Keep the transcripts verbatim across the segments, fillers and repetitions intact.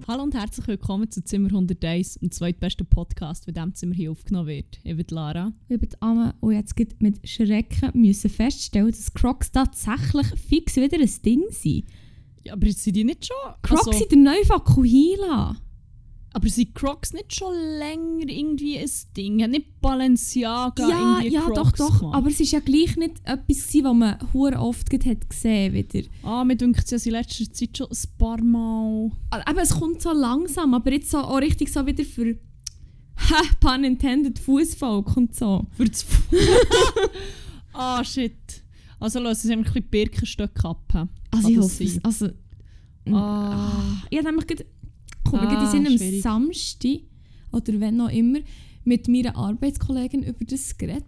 Hallo und herzlich willkommen zu Zimmer hunderteins, dem zweitbesten Podcast, bei dem Zimmer hier aufgenommen wird. Ich bin Lara. Ich bin Anne und jetzt mit Schrecken müssen feststellen, dass Crocs tatsächlich fix wieder ein Ding sind. Ja, aber sind die nicht schon... Crocs also, sind der neue Vakuhila. Aber sind Crocs nicht schon länger irgendwie ein Ding? Hat nicht Balenciaga ja, irgendwie ja, Crocs doch, doch. gemacht? Aber es war ja gleich nicht etwas, gewesen, was man hure oft hat gesehen wieder. Ah, mir denkt es ja in letzter Zeit schon ein paar Mal... Aber es kommt so langsam, aber jetzt so auch richtig so wieder für... Ha, pun intended, Fußvolk und so. Für das Ah, shit. Also lass uns ein bisschen Birkenstöcke ab. Also ich hoffe es. Also, ah. Ich habe nämlich gerade... Komm, Ah, wir sind am schwierig. Samstag, oder wenn auch immer, mit meiner Arbeitskollegin über das geredet.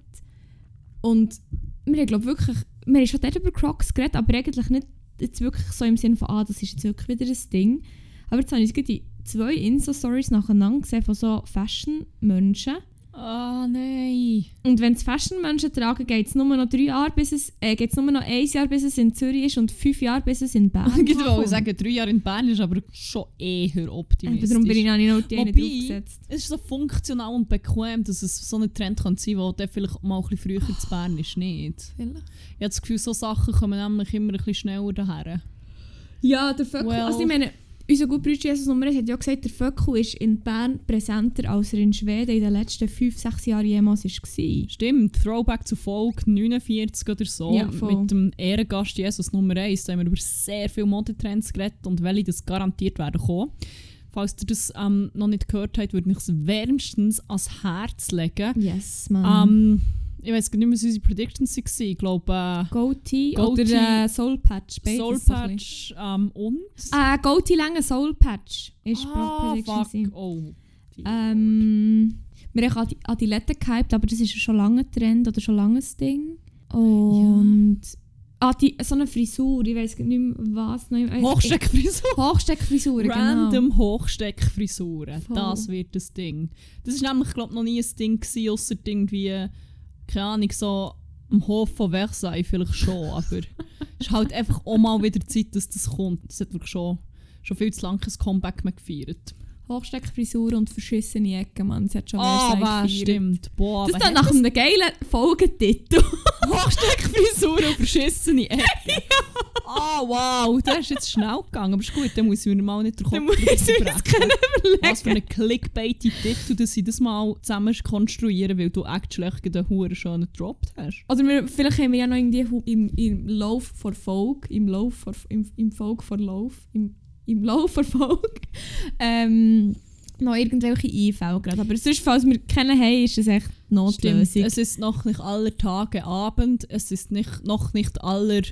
Und wir haben, glaube wirklich, wir haben schon dort über Crocs geredet, aber eigentlich nicht jetzt wirklich so im Sinne von, ah, das ist jetzt wirklich wieder ein Ding. Aber jetzt habe ich die zwei Insta-Stories nacheinander gesehen von so Fashion-Menschen. Ah, nein. Und wenn es Fashion-Menschen tragen, geht es nur noch drei Jahre, bis es, äh, geht's nur noch ein Jahr, bis es in Zürich ist und fünf Jahre, bis es in Bern Ich kommt. wollte sagen, drei Jahre in Bern ist aber schon eher optimistisch. Darum bin ich noch nicht die eine Wobei, aufgesetzt. es ist so funktional und bequem, dass es so ein Trend kann sein kann, der vielleicht mal ein bisschen früher zu Bern ist. Nicht. Vielleicht. Ich habe das Gefühl, so Sachen kommen nämlich immer ein bisschen schneller daher. Ja, der Vöckel, Well. also ich meine, unser guter Bruder Jesus Nummer hat ja gesagt, der Vöckel ist in Bern präsenter, als er in Schweden in den letzten fünf, sechs Jahren jemals war. Stimmt, Throwback zu Folge neunundvierzig oder so, Ja, voll. mit dem Ehrengast Jesus Nummer eins, da haben wir über sehr viele Modetrends geredet und welche das garantiert werden kommen. Falls ihr das ähm, noch nicht gehört habt, würde ich es wärmstens ans Herz legen. Yes, man. Ähm, ich weiß gar nicht mehr, was unsere Predictions waren. Ich glaube, äh, Goatee Goatee, oder äh, Soul Patch. beides Soul so ein Patch bisschen. ähm, und... Äh, Goatee lange Soul Patch ist ah, Prediction. fuck. gewesen. Oh. Ähm, wir haben Adi- Adilette gehypt, aber das ist ja schon lange ein Trend oder schon lange ein Ding. Und Adi, so eine Frisur, ich weiß nicht mehr was. Noch, Hochsteckfrisur. Hochsteckfrisur, genau. Random Hochsteckfrisuren. Voll. Das wird das Ding. Das ist nämlich, glaube ich, noch nie ein Ding gewesen, ausser irgendwie, keine Ahnung, so am Hof von Versailles vielleicht schon, aber es ist halt einfach auch mal wieder Zeit, dass das kommt. Das hat wirklich schon, schon viel zu lange kein Comeback mehr gefeiert. Hochsteckfrisur und verschissene Ecken, man. Sie hat schon Ah, Versailles was gefeiert. stimmt. Boah, Das wer ist dann hat nach einem geilen Folgetitel. Hochsteckfrisur und verschissene Ecken. Ah, wow, das ist jetzt schnell gegangen. Aber ist gut, dann muss ich mir mal nicht den Kopf Dann muss ich mir das brechen. überlegen. Was für einen clickbaity Titel, dass sie das mal zusammen konstruieren, weil du actually den Huren schon gedroppt hast. Oder wir, vielleicht haben wir ja noch irgendwie hu- im, im Lauf vor Folge, im Lauf vor, im, im Folge vor Lauf, im, im Lauf vor Folge, ähm, noch irgendwelche Einfälle gerade. Aber sonst, falls wir kennen haben, ist das echt die Notlösung. Stimmt, es ist noch nicht aller Tage Abend, es ist nicht, noch nicht aller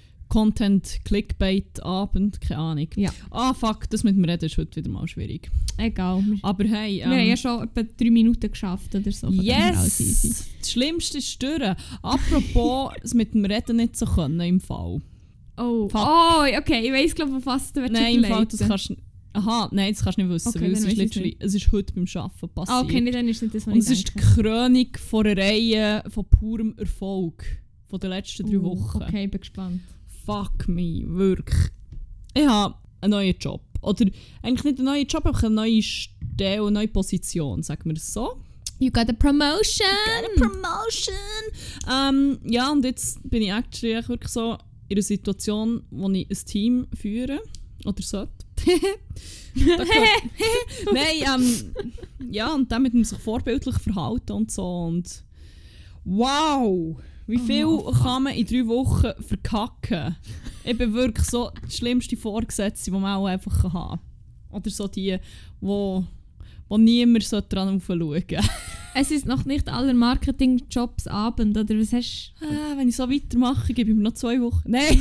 Content-Clickbait-Abend, keine Ahnung. Ja. Ah, fuck, das mit dem Reden ist heute wieder mal schwierig. Egal. Wir, Aber hey, wir haben ähm, ja schon etwa drei Minuten geschafft oder so. von dem her alles easy. yes! Das Schlimmste ist durch. Apropos, es mit dem Reden nicht so können im Fall. Oh. Fuck. oh, okay, ich weiss glaube ich fast, du willst Nein, im Fall, überleiten. das kannst du... Aha, nein, das kannst du nicht wissen, Okay, weil es dann ist, weiss ich's literally, es ist heute beim Arbeiten passiert. Ah, okay, dann ist nicht das, was Und ich es ist die denke. Krönung von einer Reihe von purem Erfolg von den letzten drei Uh, Wochen. Okay, bin gespannt. Fuck me, wirklich. Ich habe einen neuen Job. Oder eigentlich nicht einen neuen Job, aber eine neue Stelle, eine neue Position, sagen wir es so. You got a promotion! Got a promotion! Ähm, ja, und jetzt bin ich actually echt wirklich so in einer Situation, wo ich ein Team führe. Oder sollte. Da gehört- Nein, ähm, ja, und damit muss man sich vorbildlich verhalten und so. Und wow! Wie viel Oh, kann man in drei Wochen verkacken? Ich bin wirklich so die schlimmste Vorgesetzte, die man auch einfach haben kann. Oder so die, wo, wo niemand daran schauen sollte. Es ist noch nicht aller Marketing-Jobs Abend, oder was hast du? Ah, wenn ich so weitermache, gebe ich mir noch zwei Wochen. Nein!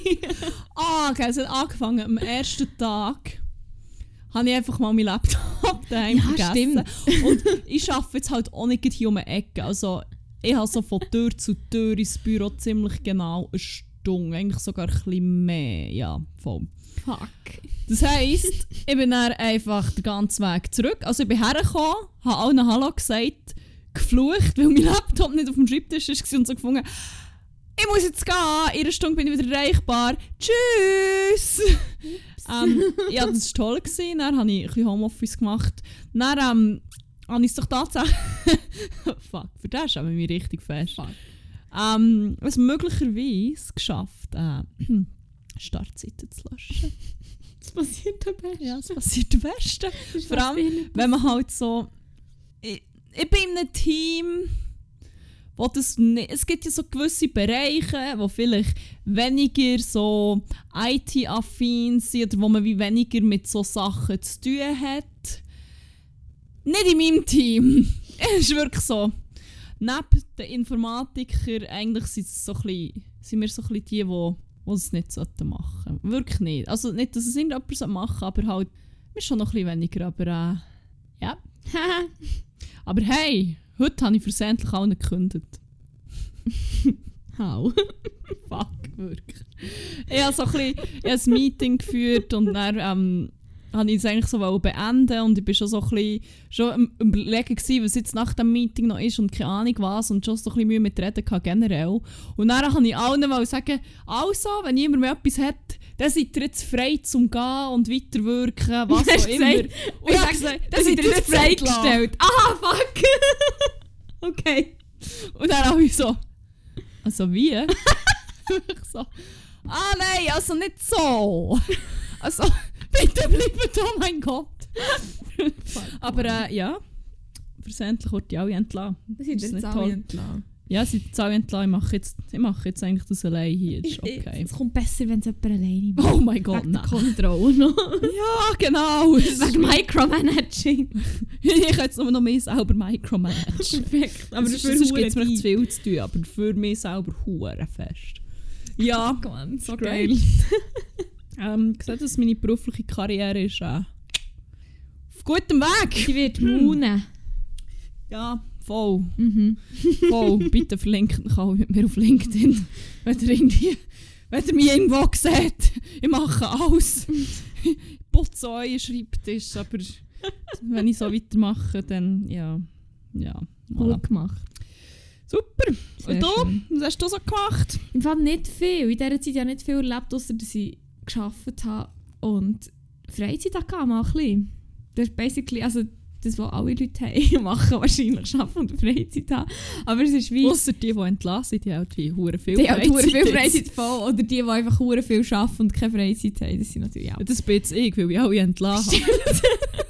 Ah, okay, es hat angefangen. Am ersten Tag habe ich einfach mal meinen Laptop daheim Ja, vergessen. Und ich arbeite jetzt halt auch nicht hier um die Ecke. Also, ich habe so von Tür zu Tür ins Büro ziemlich genau eine Stunde. Eigentlich sogar ein bisschen mehr. Ja, voll. Fuck. Das heisst, ich bin dann einfach den ganzen Weg zurück. Also ich bin hergekommen, habe allen Hallo gesagt, geflucht, weil mein Laptop nicht auf dem Schreibtisch war und so gefunden, ich muss jetzt gehen, in einer Stunde bin ich wieder erreichbar. Tschüss! ähm, ja, das war toll. Gewesen. Dann habe ich ein bisschen Homeoffice gemacht. Dann ähm, habe ich es doch tatsächlich... Fuck, für das haben wir mich richtig fest. Fuck. Ähm, es möglicherweise geschafft, äh, Startseiten zu löschen. Das passiert am besten. Ja, das passiert am besten. Vor allem, wenn man halt so... Ich, ich bin in einem Team, wo das nicht... Es gibt ja so gewisse Bereiche, wo vielleicht weniger so I T-affin sind oder wo man wie weniger mit so Sachen zu tun hat. Nicht in meinem Team. Es ist wirklich so. Neben den Informatikern eigentlich sind, es so ein bisschen, sind wir so ein bisschen die, die, die es nicht machen sollten. Wirklich nicht. Also nicht, dass es irgendjemand machen sollte, aber halt, wir schon noch ein bisschen weniger. Aber äh, ja. Aber hey, heute habe ich versehentlich auch nicht gekündigt. How? Fuck, wirklich. Ich habe so ein bisschen ich habe ein Meeting geführt und dann ähm, habe ich es eigentlich so beenden und ich war schon so ein bisschen schon am Überlegen gewesen, was jetzt nach dem Meeting noch ist und keine Ahnung was und schon so ein bisschen Mühe mit Reden gehabt, generell. Und dann habe ich allen sagen, also, wenn jemand mehr etwas hat, dann seid ihr jetzt frei zum Gehen und weiterwirken, was auch immer. Gesagt, und ich habe gesagt, dann seid ihr jetzt freigestellt. Aha, fuck! Okay. Und dann habe ich so, also wie? Ich so, ah nein, also nicht so. Also, bitte bleibt, oh mein Gott. Aber äh, ja, versehentlich wurde ich alle entlassen. Das ist jetzt alle entlassen. Ja, sie sind alle entlassen. Ich mache jetzt, ich mache jetzt eigentlich das allein hier. Das ist okay. Es kommt besser, wenn es jemand alleine macht. Oh mein Gott, wegen nein. der Kontrolle noch. Ja, genau. Wegen Micromanaging. Ich kann jetzt nur noch mich selber micromanagen. Perfekt. Aber das sonst gibt es mir zu viel zu tun, aber für mich selber hure fest. Ja, oh Mann, so geil. ähm, ich sehe, dass meine berufliche Karriere ist äh, auf gutem Weg. Sie wird moonen. Ja, voll. Mhm. Voll. Bitte verlinkt mich auch mit mir auf LinkedIn. Wenn ihr, irgendwie, wenn ihr mich irgendwo seht, ich mache alles. Ich putze euren Schreibtisch, aber wenn ich so weitermache, dann ja. ja Gut voilà. gemacht. Super. Sehr Und du? schön. Was hast du so gemacht? Im Fall nicht viel. In dieser Zeit habe ich nicht viel erlebt, ausser dass ich gearbeitet habe und Freizeit hatte mal ein bisschen. Das ist basically, also das, was alle Leute haben, machen wahrscheinlich arbeiten und Freizeit haben. Aber es ist wie... Ausser die, die entlassen sind, die haben wie hure viel die haben Freizeit. hure viel Freizeit voll. Oder die, die einfach hure viel arbeiten und keine Freizeit haben. Das sind natürlich auch. Ja, das bin jetzt ich, weil ich alle entlassen habe.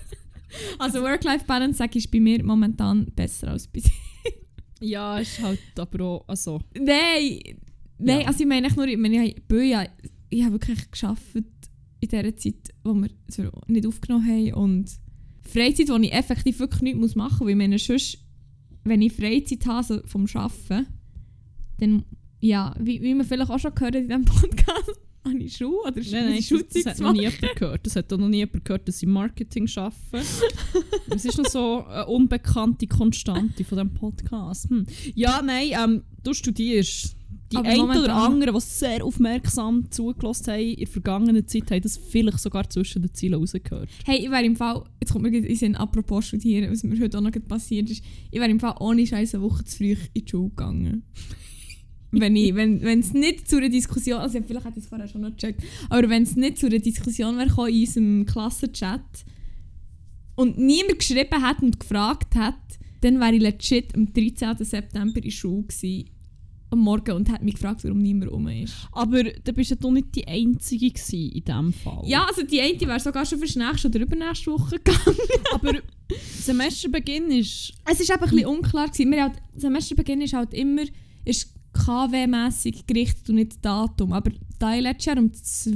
Also Work-Life-Balance, sage ich, ist bei mir momentan besser als bei dir. Ja, ist halt aber auch... Also, Nein! Nein, Ja. also ich meine echt nur, ich, meine, ich, ja, ich habe wirklich gearbeitet in dieser Zeit, wo wir es nicht aufgenommen haben und Freizeit, wo ich effektiv wirklich nichts machen muss, weil ich meine, sonst, wenn ich Freizeit habe so vom Arbeiten, dann, ja, wie, wie man vielleicht auch schon gehört hat in diesem Podcast, habe ich Schule oder nein, nein, das, Schulzeug das hat zu noch nie machen. jemand gehört. Das hat auch noch nie jemand gehört, dass sie Marketing arbeiten. Es ist noch so eine unbekannte Konstante von diesem Podcast. Hm. Ja, nein, ähm, du studierst. Die Aber einen oder momentan- anderen, die sehr aufmerksam zugelassen haben in der vergangenen Zeit, haben das vielleicht sogar zwischen den Zielen rausgehört. Hey, ich wäre im Fall, jetzt kommt mir gerade in den Sinn, apropos studieren, was mir heute auch noch gerade passiert ist, ich wäre im Fall ohne Scheiß eine Woche zu früh in die Schule gegangen. wenn ich, wenn es nicht zu einer Diskussion, also vielleicht hätte ich es vorher schon noch gecheckt, aber wenn es nicht zu einer Diskussion wäre gekommen in unserem Klassenchat und niemand geschrieben hat und gefragt hat, dann wäre ich legit am dreizehnten September in der Schule gewesen, am Morgen und hat mich gefragt, warum niemand rum ist. Aber da bist ja doch nicht die Einzige gewesen in diesem Fall. Ja, also die eine wäre sogar schon für die nächste oder übernächste Woche gegangen. Aber Semesterbeginn ist... Es war einfach ein bisschen unklar. Gewesen. Wir halt, Semesterbeginn ist halt immer ist K W-mässig gerichtet und nicht Datum. Aber da ich letztes Jahr am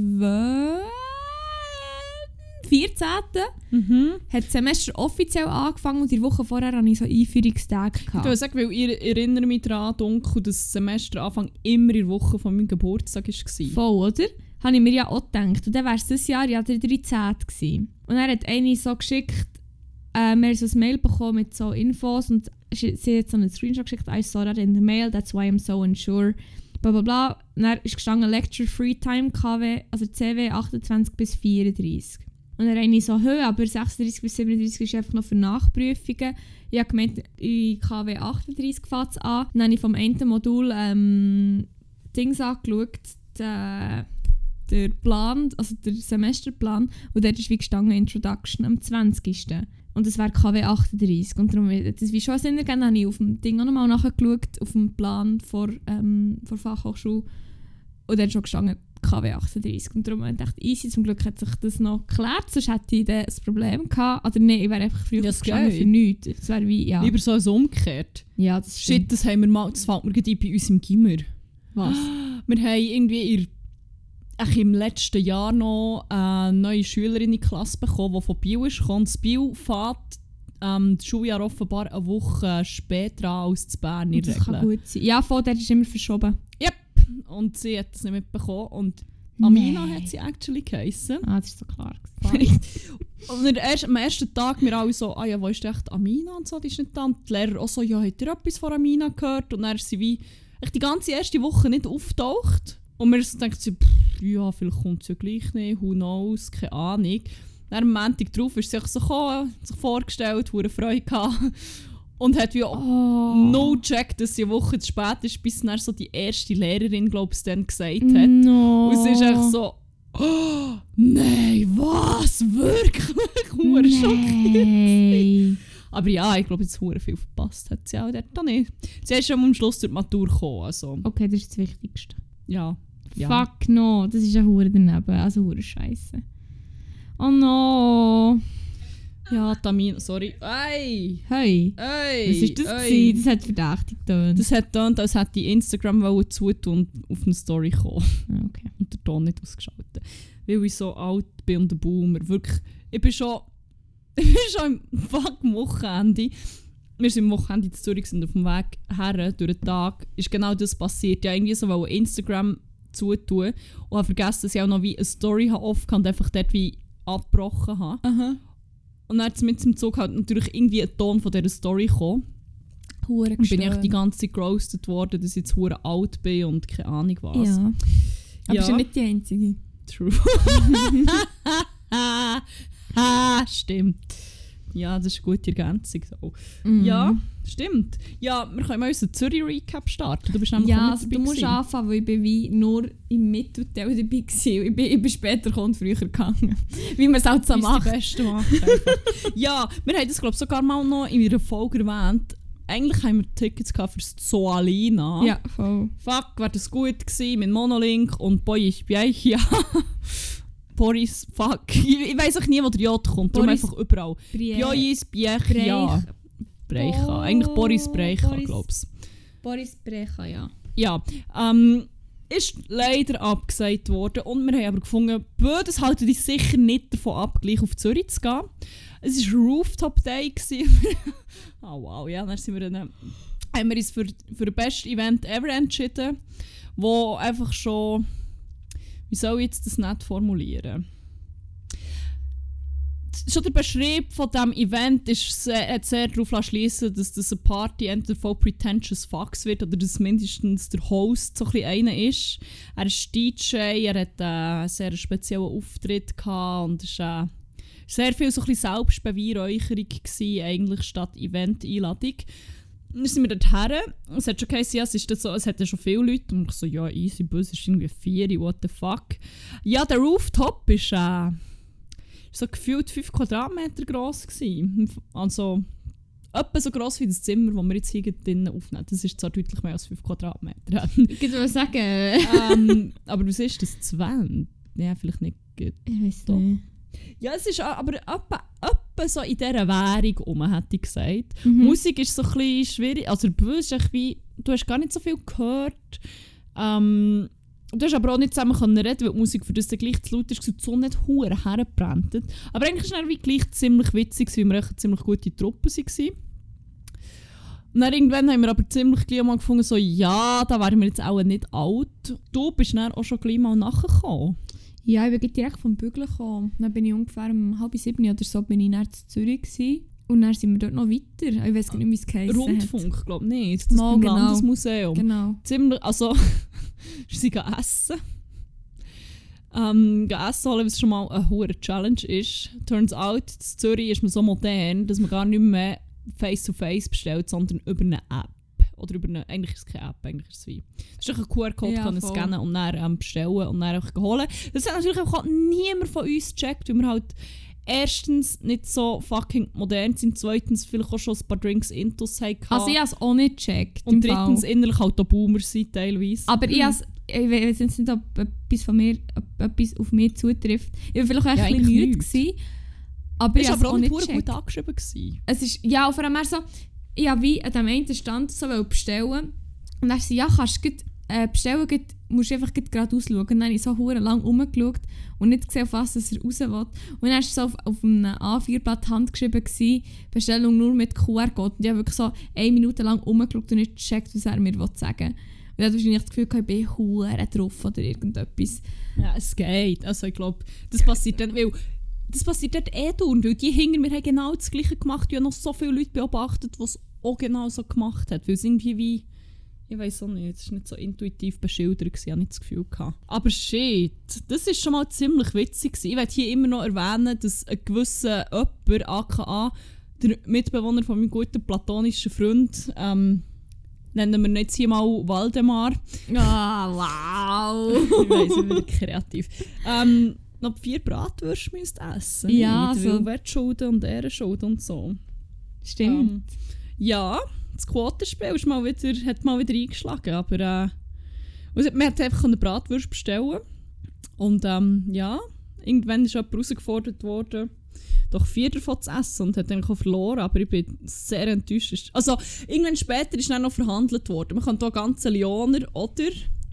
vierzehnten Mhm. hat das Semester offiziell angefangen und die Woche vorher hatte ich so Einführungstage. Ich Gehabt. würde sagen, weil ich erinnere mich daran, dunkel, dass das Semesteranfang immer in der Woche von meinem Geburtstag war. Voll, oder? Habe ich mir ja auch gedacht. Und dann wäre es dieses Jahr ja der dreizehnte gewesen. Und er hat eine so geschickt, äh, wir haben so ein Mail bekommen mit so Infos und sie hat so einen Screenshot geschickt, I saw that in the mail, that's why I'm so unsure. Bla bla bla. Und dann ist gestanden Lecture Free Time K W, also C W achtundzwanzig bis vierunddreißig. Und dann habe ich so, hö, aber sechsunddreißig bis siebenunddreißig ist einfach noch für Nachprüfungen. Ich habe gemeint, in K W achtunddreißig fängt es an. Dann habe ich vom einen Modul ähm, Dings angeschaut, die, der Plan, also der Semesterplan, und dort ist wie gestanden Introduction am zwanzigsten Und das wäre K W achtunddreißig. Und darum, das ist wie schon ein Sinn ergeben, habe ich auf dem Ding auch nochmal nachgeschaut, auf dem Plan vor, ähm, vor Fachhochschule. Und dort schon gestanden K W achtunddreißig. Und darum habe ich gedacht, easy, zum Glück hat sich das noch geklärt, sonst hätte ich dann ein Problem gehabt. Oder nein, ich wäre einfach früher Ja, gestanden geil. für nichts. Das wäre wie, ja. Lieber so als umgekehrt. Ja, das Shit, stimmt. das haben wir mal, das fällt mir gerade ein bei uns im Gimmer. Was? Wir haben irgendwie in, ach, im letzten Jahr noch eine neue Schülerin in die Klasse bekommen, die von Biel ist gekommen. Das Biel fährt ähm, das Schuljahr offenbar eine Woche später an als das Bern in der Das kann Regel. gut sein. Ja, von der ist immer verschoben. Yep. Und sie hat das nicht mitbekommen. Und Amina Nein. hat sie actually geheissen. Ah, das ist so klar. Und der erst, am ersten Tag wir alle so, ah ja, wo ist echt Amina und so, die ist nicht da. Und die Lehrer auch so, ja, habt ihr etwas von Amina gehört? Und dann ist sie wie echt die ganze erste Woche nicht auftaucht. Und wir so denken sie, pff, ja, vielleicht kommt sie ja gleich nicht, who knows, keine Ahnung. Dann am Montag drauf ist sie sich so gekommen, sich vorgestellt, hure Freude gehabt. Und hat wie auch Oh. no check, dass sie eine Woche zu spät ist, bis dann so die erste Lehrerin, glaube ich, dann gesagt hat. No. Und sie ist echt so, oh, nein, was? Wirklich? Hure schockiert. Nein. Aber ja, ich glaube, jetzt hure viel verpasst hat sie auch dort auch nicht. Sie ist schon am Schluss durch die Matur gekommen, also Okay, das ist das Wichtigste. ja. ja. Fuck no, das ist ein Hure daneben, also Hure Scheiße. Oh no. Ja, Tamina, sorry. Ey! Hey, Ey! was ist das ey. gewesen? Das hat verdächtig getan. Das hat getan, als hätte ich Instagram wollen zutun und auf eine Story kommen. Ah, okay. Und den Ton nicht ausgeschaltet. Weil ich so alt bin und ein Boomer. Wirklich, ich bin schon, ich bin schon im fuck Wochenende. Wir sind am Wochenende in Zürich und auf dem Weg her, durch den Tag, ist genau das passiert. Ja, irgendwie so wollte Instagram zutun und habe vergessen, dass ich auch noch wie eine Story habe offen und einfach dort wie abgebrochen habe. Aha. Und dann hat mit dem Zug halt natürlich irgendwie ein Ton von dieser Story gekommen. Hure Und bin ich echt die ganze Zeit geroastet worden, dass ich jetzt hure alt bin und keine Ahnung was. Ja. Aber Ja. ist ja nicht die einzige. True. Stimmt. Ja, das ist eine gute Ergänzung. So. Mhm. Ja, stimmt. Ja, wir können mal unseren Zürich-Recap starten. Du bist nämlich Ja, auch also mit du dabei musst gewesen. anfangen, weil ich bin wie nur im Mittelteil dabei war. Ich bin, ich bin später gekommen und früher gegangen. Wie man es halt so Wie es die macht. Besten macht. einfach. Ja, wir haben das glaube ich sogar mal noch in einer Folge erwähnt. Eigentlich haben wir Tickets gehabt für das Zoalina. Ja, voll. Fuck, war das gut gewesen mit Monolink und Boy, ich bin ja. Boris, fuck. Ich, ich weiss auch nie, wo der J kommt. Darum Boris einfach überall. Brie- Boris, Biech, Breich. ja. Breicha. Eigentlich Boris Breicha, Boris- glaub's. Boris Brecha, ja. Ja, ähm, ist leider abgesagt worden und wir haben aber gefunden, bö, das halten die sicher nicht davon ab, gleich auf Zürich zu gehen. Es war Rooftop Day. gewesen. Oh wow, ja, dann sind wir dann, haben wir uns für, für das beste Event ever entschieden, wo einfach schon, wie soll ich jetzt das nicht formulieren? Schon der Beschrieb von diesem Event ist sehr, hat sehr darauf schließen, dass das eine Party entweder voll pretentious fucks wird oder dass mindestens der Host so ein bisschen einer ist. Er ist D J, er hat einen sehr speziellen Auftritt gehabt und es war äh, sehr viel so ein bisschen Selbstbeweihräucherung gewesen, eigentlich statt Event-Einladung. Dann sind wir dorthin. Es hat schon geheißen, ja, es, ist so, es hat ja schon viele Leute. Und ich so, ja, easy, bus ist irgendwie vier, what the fuck. Ja, der Rooftop ist äh, so gefühlt fünf Quadratmeter gross gewesen. Also etwa so gross wie das Zimmer, das wir jetzt hier drinnen aufnehmen. Das ist zwar deutlich mehr als fünf Quadratmeter. Ich würde sagen, ähm, aber was ist das? zwanzig? Ja, vielleicht nicht. gut. ich weiß Doch. nicht. Ja, es ist a- aber etwa, etwa so in dieser Währung um, hätte ich gesagt. Mhm. Musik ist so ein bisschen schwierig. Also der Bus ist echt wie, du hast gar nicht so viel gehört. Ähm, du hast aber auch nicht zusammen können reden, weil die Musik für das dann gleich zu laut ist und die Sonne nicht verdammt hergebrannt. Aber eigentlich war es dann wie gleich ziemlich witzig, weil wir echt eine ziemlich gute Truppe waren. Und dann irgendwann haben wir aber ziemlich gleich mal gefunden, so, ja, da wären wir jetzt auch nicht alt. Du bist dann auch schon gleich mal nachgekommen. Ja, ich bin direkt vom Bügeln gekommen. Dann bin ich ungefähr um halb sieben oder so bin ich dann zu Zürich gewesen. Und dann sind wir dort noch weiter. Ich weiß gar nicht, wie es geheißen hat. Rundfunk, glaube ich nicht. Das Mal, beim genau. Landesmuseum. Genau. Ziemlich, also, wir sind gegangen essen. Ähm, gegessen essen holen, was schon mal eine hohe Challenge ist. Turns out, in Zürich ist man so modern, dass man gar nicht mehr face-to-face bestellt, sondern über eine App. oder über eine, eigentlich ist es keine App, eigentlich ist es wie. Es ist einfach ein Q R-Code, Ja, kann voll. scannen und dann ähm, bestellen und dann einfach holen. Das hat natürlich auch niemand von uns gecheckt, weil wir halt erstens nicht so fucking modern sind, zweitens vielleicht auch schon ein paar Drinks intus hatten. Also ich habe es auch nicht gecheckt. und im Fall. drittens innerlich halt auch Boomer sind teilweise. Aber ich, has, ich weiß jetzt nicht, ob etwas, von mir, ob etwas auf mich zutrifft. Ich war vielleicht auch Ja, ein bisschen eigentlich müde. nichts. Gewesen, aber ich Es war habe es aber auch auch nicht nicht verdammt gecheckt. gut angeschrieben gewesen. Es ist, ja, und vor allem mehr so, ich habe wie an dem einen Stand so bestellen und dann sie ja, kannst du grad, äh, bestellen, grad, musst du einfach gerade ausschauen. Und dann habe ich so hure lang rumgeschaut und nicht gesehen, auf was er raus will. Und dann war es so auf, auf einem A vier Blatt handgeschrieben, gewesen, Bestellung nur mit Q R-Code. Und ich habe wirklich so eine Minute lang rumgeschaut und nicht gecheckt, was er mir sagen will. Und ich hatte wahrscheinlich das Gefühl, ich bin hure drauf oder irgendetwas. Ja, es geht. Also ich glaube, das passiert dann, weil das passiert dort eh durch, weil die hinter mir haben genau das Gleiche gemacht. Ich habe noch so viele Leute beobachtet, die es auch genau so gemacht haben. Weil es irgendwie wie, ich weiß auch nicht, es war nicht so intuitiv beschildert, ich habe nicht das Gefühl gehabt. Aber shit, das war schon mal ziemlich witzig gewesen. Ich möchte hier immer noch erwähnen, dass ein gewisser jemand, aka der Mitbewohner von meinem guten platonischen Freund, ähm, nennen wir jetzt hier mal Waldemar. Ah, wow! Ich weiss, ich bin wieder kreativ. Ähm, noch vier Bratwürste müsst essen. Ja, nicht? so. Weil Wertschulden und Ehrenschulden und so. Stimmt. Ähm, ja, das Quotenspiel ist mal wieder, hat mal wieder eingeschlagen, aber äh, also, man hat einfach eine Bratwurst bestellen. Und ähm, ja, irgendwann ist jemand herausgefordert worden, doch vier davon zu essen und hat dann auch verloren, aber ich bin sehr enttäuscht. Also irgendwann später ist dann noch verhandelt worden. Man kann hier einen ganzen Lioner oder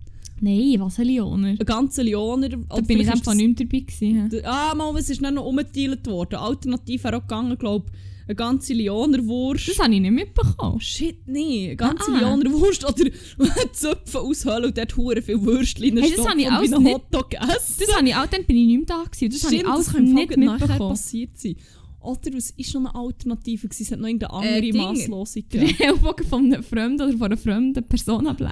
Nein, was ein Lioner? einen ganzen Lioner... Da bin ich einfach nicht dabei gewesen. D- Ah, mal, es ist dann noch umgeteilt worden. Alternativ wäre auch gegangen, glaube ich, eine ganze Lionerwurst. Das habe ich nicht mitbekommen. Shit, nee. Eine ganze Ah, ah. Lionerwurst oder Zöpfe aushöhlen und dort hure viele Würstchen Hey, das habe ich alles wie ein nicht- Hotdog essen. Das habe ich auch, dann bin ich nicht mehr da gewesen. Das habe ich Stimmt, alles das kann im Fall nicht gerade nachher mitbekommen. passiert sein. Oder was ist schon eine Alternative gewesen? Es hat noch irgendeine andere Äh, Ding. Masslosigkeit. Den Ellbogen von einem Fremden oder von einer fremden Person ablecken.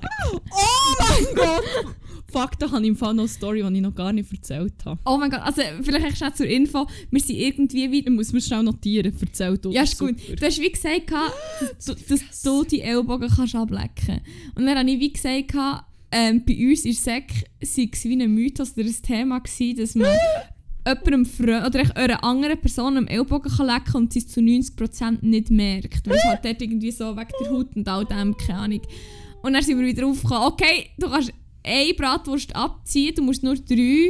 Oh mein Gott! Fuck, da habe ich im Fall noch eine Story, die ich noch gar nicht erzählt habe. Oh mein Gott, also vielleicht echt schnell zur Info. Wir sind irgendwie wie... Ich muss mir schnell notieren, erzählt du. Ja, das ist gut. super. Du hast wie gesagt, dass du, dass du die Ellbogen kannst ablecken kannst. Und dann habe ich wie gesagt, ähm, bei uns in der Sek sei es wie ein Mythos oder ein Thema gewesen, dass man jemandem Fre- oder echt einer anderen Person am Ellbogen kann lecken und sie es zu neunzig Prozent nicht merkt. Weil es halt dort irgendwie so wegen der Haut und all dem, keine Ahnung. Und dann sind wir wieder aufgekommen, okay, du kannst eine Bratwurst abziehen, du musst nur drei.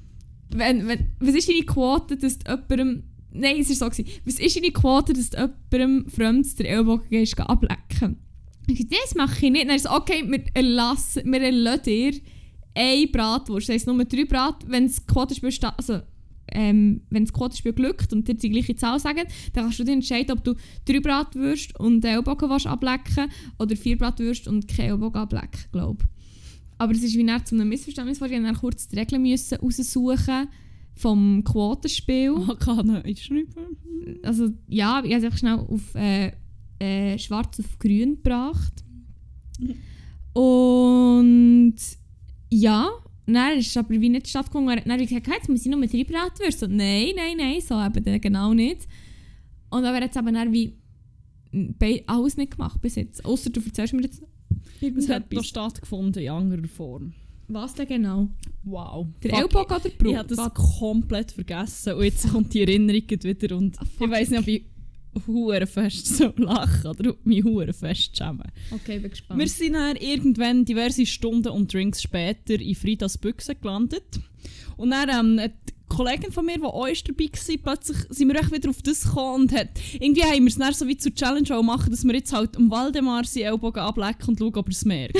Wenn, wenn, was ist deine Quote, dass du jemandem... Nein, es war so. Gewesen. Was ist deine Quote, dass du jemandem Fremdes den Ellbogen gehst, ablecken? Ich sage, das mache ich nicht. Dann ist es okay, wir erlassen, wir erlassen dir eine Bratwurst. Das heisst nur drei Brat, wenn das Quotenspiel sta- also, ähm, wenn das Quotenspiel glückt und dir die gleiche Zahl sagen, dann kannst du dir entscheiden, ob du drei Bratwürste und den Ellbogen willst ablecken oder vier Bratwürste und keinen Ellbogen ablecken, glaube ich. Aber es ist wie nach zu einem Missverständnis, weil ich dann kurz die Regeln müssen raussuchen vom Quotenspiel. Ah, kann ich einschreiben? Also ja, ich habe es einfach schnell auf äh, äh, schwarz auf grün gebracht. Und ja, dann ist es aber wie nicht stattgefunden. Er hat dann gesagt, jetzt muss ich nur mit drei Bratwürste. So, nein, nein, nein, so eben dann genau nicht. Und dann hat es aber dann wie bei- alles nicht gemacht bis jetzt. Ausser du erzählst mir jetzt Es hat noch irgendetwas. stattgefunden in anderer Form. Was denn genau? Wow. Der Fuck, Ellbogen oder der Ich, Brust? ich habe das komplett vergessen und jetzt kommt die Erinnerung wieder und Ah, fuck. ich weiss nicht, ob ich hure fest so lachen oder ob mich hure fest schämen. Okay, bin gespannt. Wir sind dann irgendwann diverse Stunden und Drinks später in Fridas Büchse gelandet. Und dann ähm, eine Kollegin von mir, die auch ist dabei war, plötzlich sind wir echt wieder auf das gekommen und hat, irgendwie haben wir es dann so wie zur Challenge auch machen, dass wir jetzt halt um Waldemar seinen Ellbogen ablecken und schauen, ob er es merkt.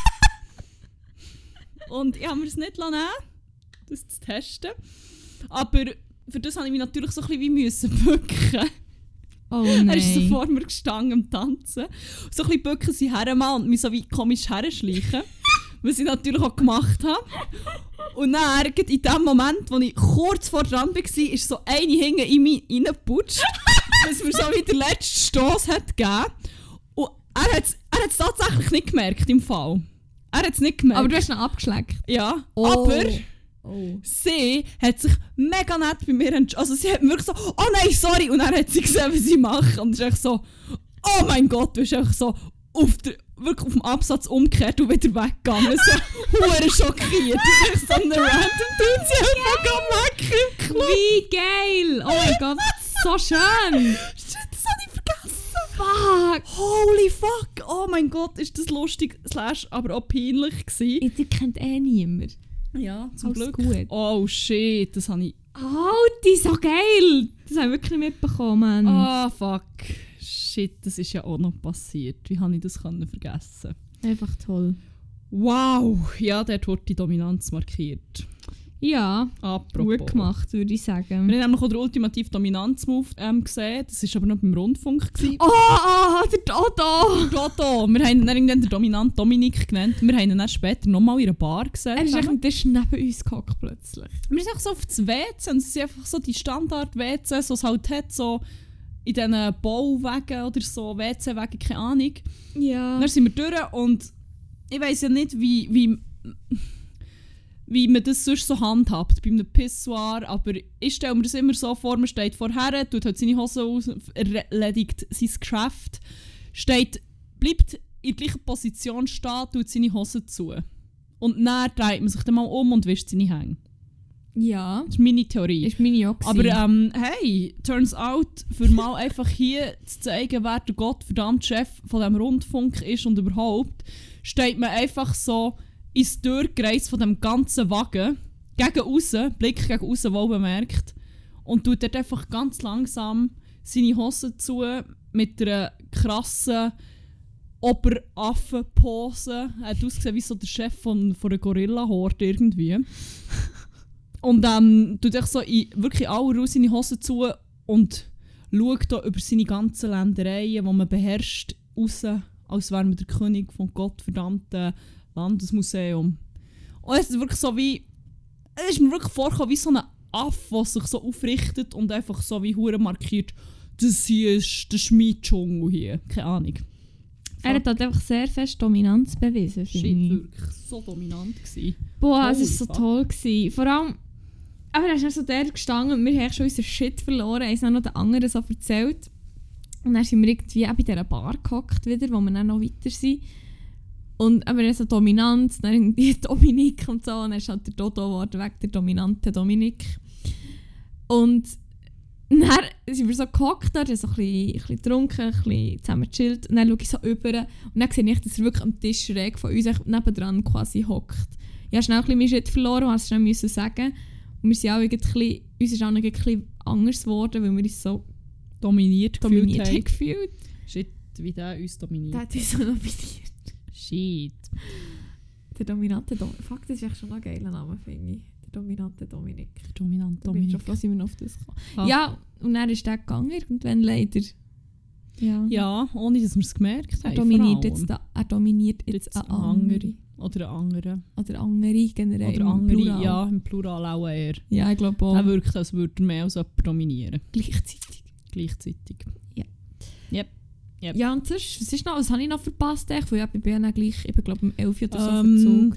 Und ich habe mir es nicht nehmen lassen, das zu testen. Aber für das musste ich mich natürlich so ein bisschen wie müssen bücken. oh Er nein. ist so vor mir gestanden am Tanzen. So ein bisschen bücken sie her und mich so wie komisch herschleichen. Was ich natürlich auch gemacht habe. Und dann, in dem Moment, wo ich kurz vor dran war, ist so eine hinten in mich reingeputscht, dass mir so wie der letzte Stoss hat gegeben. Und er hat es er hat's tatsächlich nicht gemerkt im Fall. Er hat es nicht gemerkt. Aber du hast ihn abgeschleckt. ja, Oh. aber Oh. sie hat sich mega nett bei mir entschuldigt. Also sie hat mir wirklich so, oh nein, sorry. Und dann hat sie gesehen, was ich mache. Und es ist echt so, oh mein Gott, du bist einfach so auf der, wirklich auf dem Absatz umgekehrt und wieder weggegangen. So hure schockiert. Das ist so eine random Dude, sie einfach weg im Club. Wie geil! Oh mein Gott, so schön! Shit, das habe ich vergessen. Fuck! Holy fuck! Oh mein Gott, ist das lustig, slash, aber auch peinlich gewesen. Ihr kennt eh niemand. Ja, zum Alles Glück. gut. Oh shit, das habe ich... Alter, so geil! Das habe ich wirklich nicht mitbekommen. Ah, oh, fuck. Shit, das ist ja auch noch passiert. Wie habe ich das können vergessen? Einfach toll. Wow! Ja, dort wurde die Dominanz markiert. Ja, Apropos. gut gemacht, würde ich sagen. Wir haben nämlich auch den ultimativ Dominanz-Move ähm, gesehen. Das war aber noch beim Rundfunk. Gewesen. Oh, oh, der Dodo! Dodo! Wir haben ihn dann irgendwann den Dominant Dominik genannt. Wir haben ihn dann später nochmal in einer Bar gesehen. Er ist echt am Tisch neben uns gehockt plötzlich. Wir sind einfach so auf das W C und es sind einfach so die Standard-W C, so es halt hat, so in diesen Bauwegen oder so, W C-Wegen, keine Ahnung. Ja. Dann sind wir durch und ich weiss ja nicht, wie, wie, wie man das sonst so handhabt bei einem Pissoir, aber ich stelle mir das immer so vor, man steht vorher, tut halt seine Hose aus, erledigt sein Geschäft, steht, bleibt in der gleichen Position stehen, tut seine Hose zu. Und dann dreht man sich dann mal um und wischt seine Hänge. Ja. Das ist meine Theorie. Das war meine auch. Aber ähm, hey, turns out, für mal einfach hier zu zeigen, wer der Gottverdammt Chef von diesem Rundfunk ist und überhaupt, steht man einfach so ins Durchkreis von dem ganzen Wagen, gegen außen, Blick gegen außen wohl bemerkt, und tut dort einfach ganz langsam seine Hose zu mit einer krassen Oberaffen-Pose. Er hat ausgesehen wie so der Chef von, von einer Gorilla-Horde irgendwie. Und ähm, tut echt so in wirklich aller Ruhe seine Hose zu und schaut da über seine ganzen Ländereien, die man beherrscht, raus, als wäre man der König vom gottverdammten Landesmuseum. Und es ist wirklich so wie... Es ist mir wirklich vorgekommen wie so ein Affe, der sich so aufrichtet und einfach so wie hure markiert, das hier ist der Schmieddschungel hier. Keine Ahnung. Er hat halt einfach sehr fest Dominanz bewiesen, Shit, finde ich. wirklich so dominant gewesen. Boah, es Holy war so fuck. toll gewesen. Vor allem, aber er ist dann so der gestanden und wir haben schon unseren Shit verloren, haben es dann noch den anderen so erzählt. Und dann sind wir irgendwie auch bei dieser Bar gehockt wieder, wo wir dann noch weiter sind. Und aber er ist so dominant, dann irgendwie Dominik und so, und dann ist halt der Dodo geworden, weg der dominante Dominik. Und dann sind wir so gehockt, da, so ein bisschen, ein bisschen getrunken, ein bisschen zusammen gechillt. Und dann schaue ich so über und dann sehe ich, dass er wirklich am Tisch schräg von uns nebendran quasi hockt. Ich habe schnell ein bisschen meinen Schritt verloren, was ich schnell müssen sagen. Und wir sind auch ein bisschen, uns ist auch ein bisschen anders geworden, weil wir uns so Dominiert, dominiert haben gefühlt gefühlt. Shit, wie der uns dominiert. Der hat uns so dominiert. Shit. Der dominante Dominik. Fuck, das ist echt schon ein geiler Name, finde ich. Der dominante Dominik. Der dominante Da bin ich schon Dominik. froh, sind wir noch auf das gekommen. Ah. Ja, und dann ist der gegangen, irgendwann leider. Ja. Ja, ohne dass wir es gemerkt Er haben. dominiert vor allem. jetzt, da, er dominiert jetzt, Jetzt eine eine andere. andere. Oder eine andere. Oder andere generell. Oder im andere, Plural. ja, im Plural auch eher. Ja, ich glaube auch. Er wirkt, als würde er mehr als jemand dominieren. Gleichzeitig. Gleichzeitig. Ja. Yep. Yep. Ja, und sonst, was, ist noch, was habe ich noch verpasst? Ich, weil ich bin ja dann gleich, ich bin glaube um elf oder so Ähm, Verzug.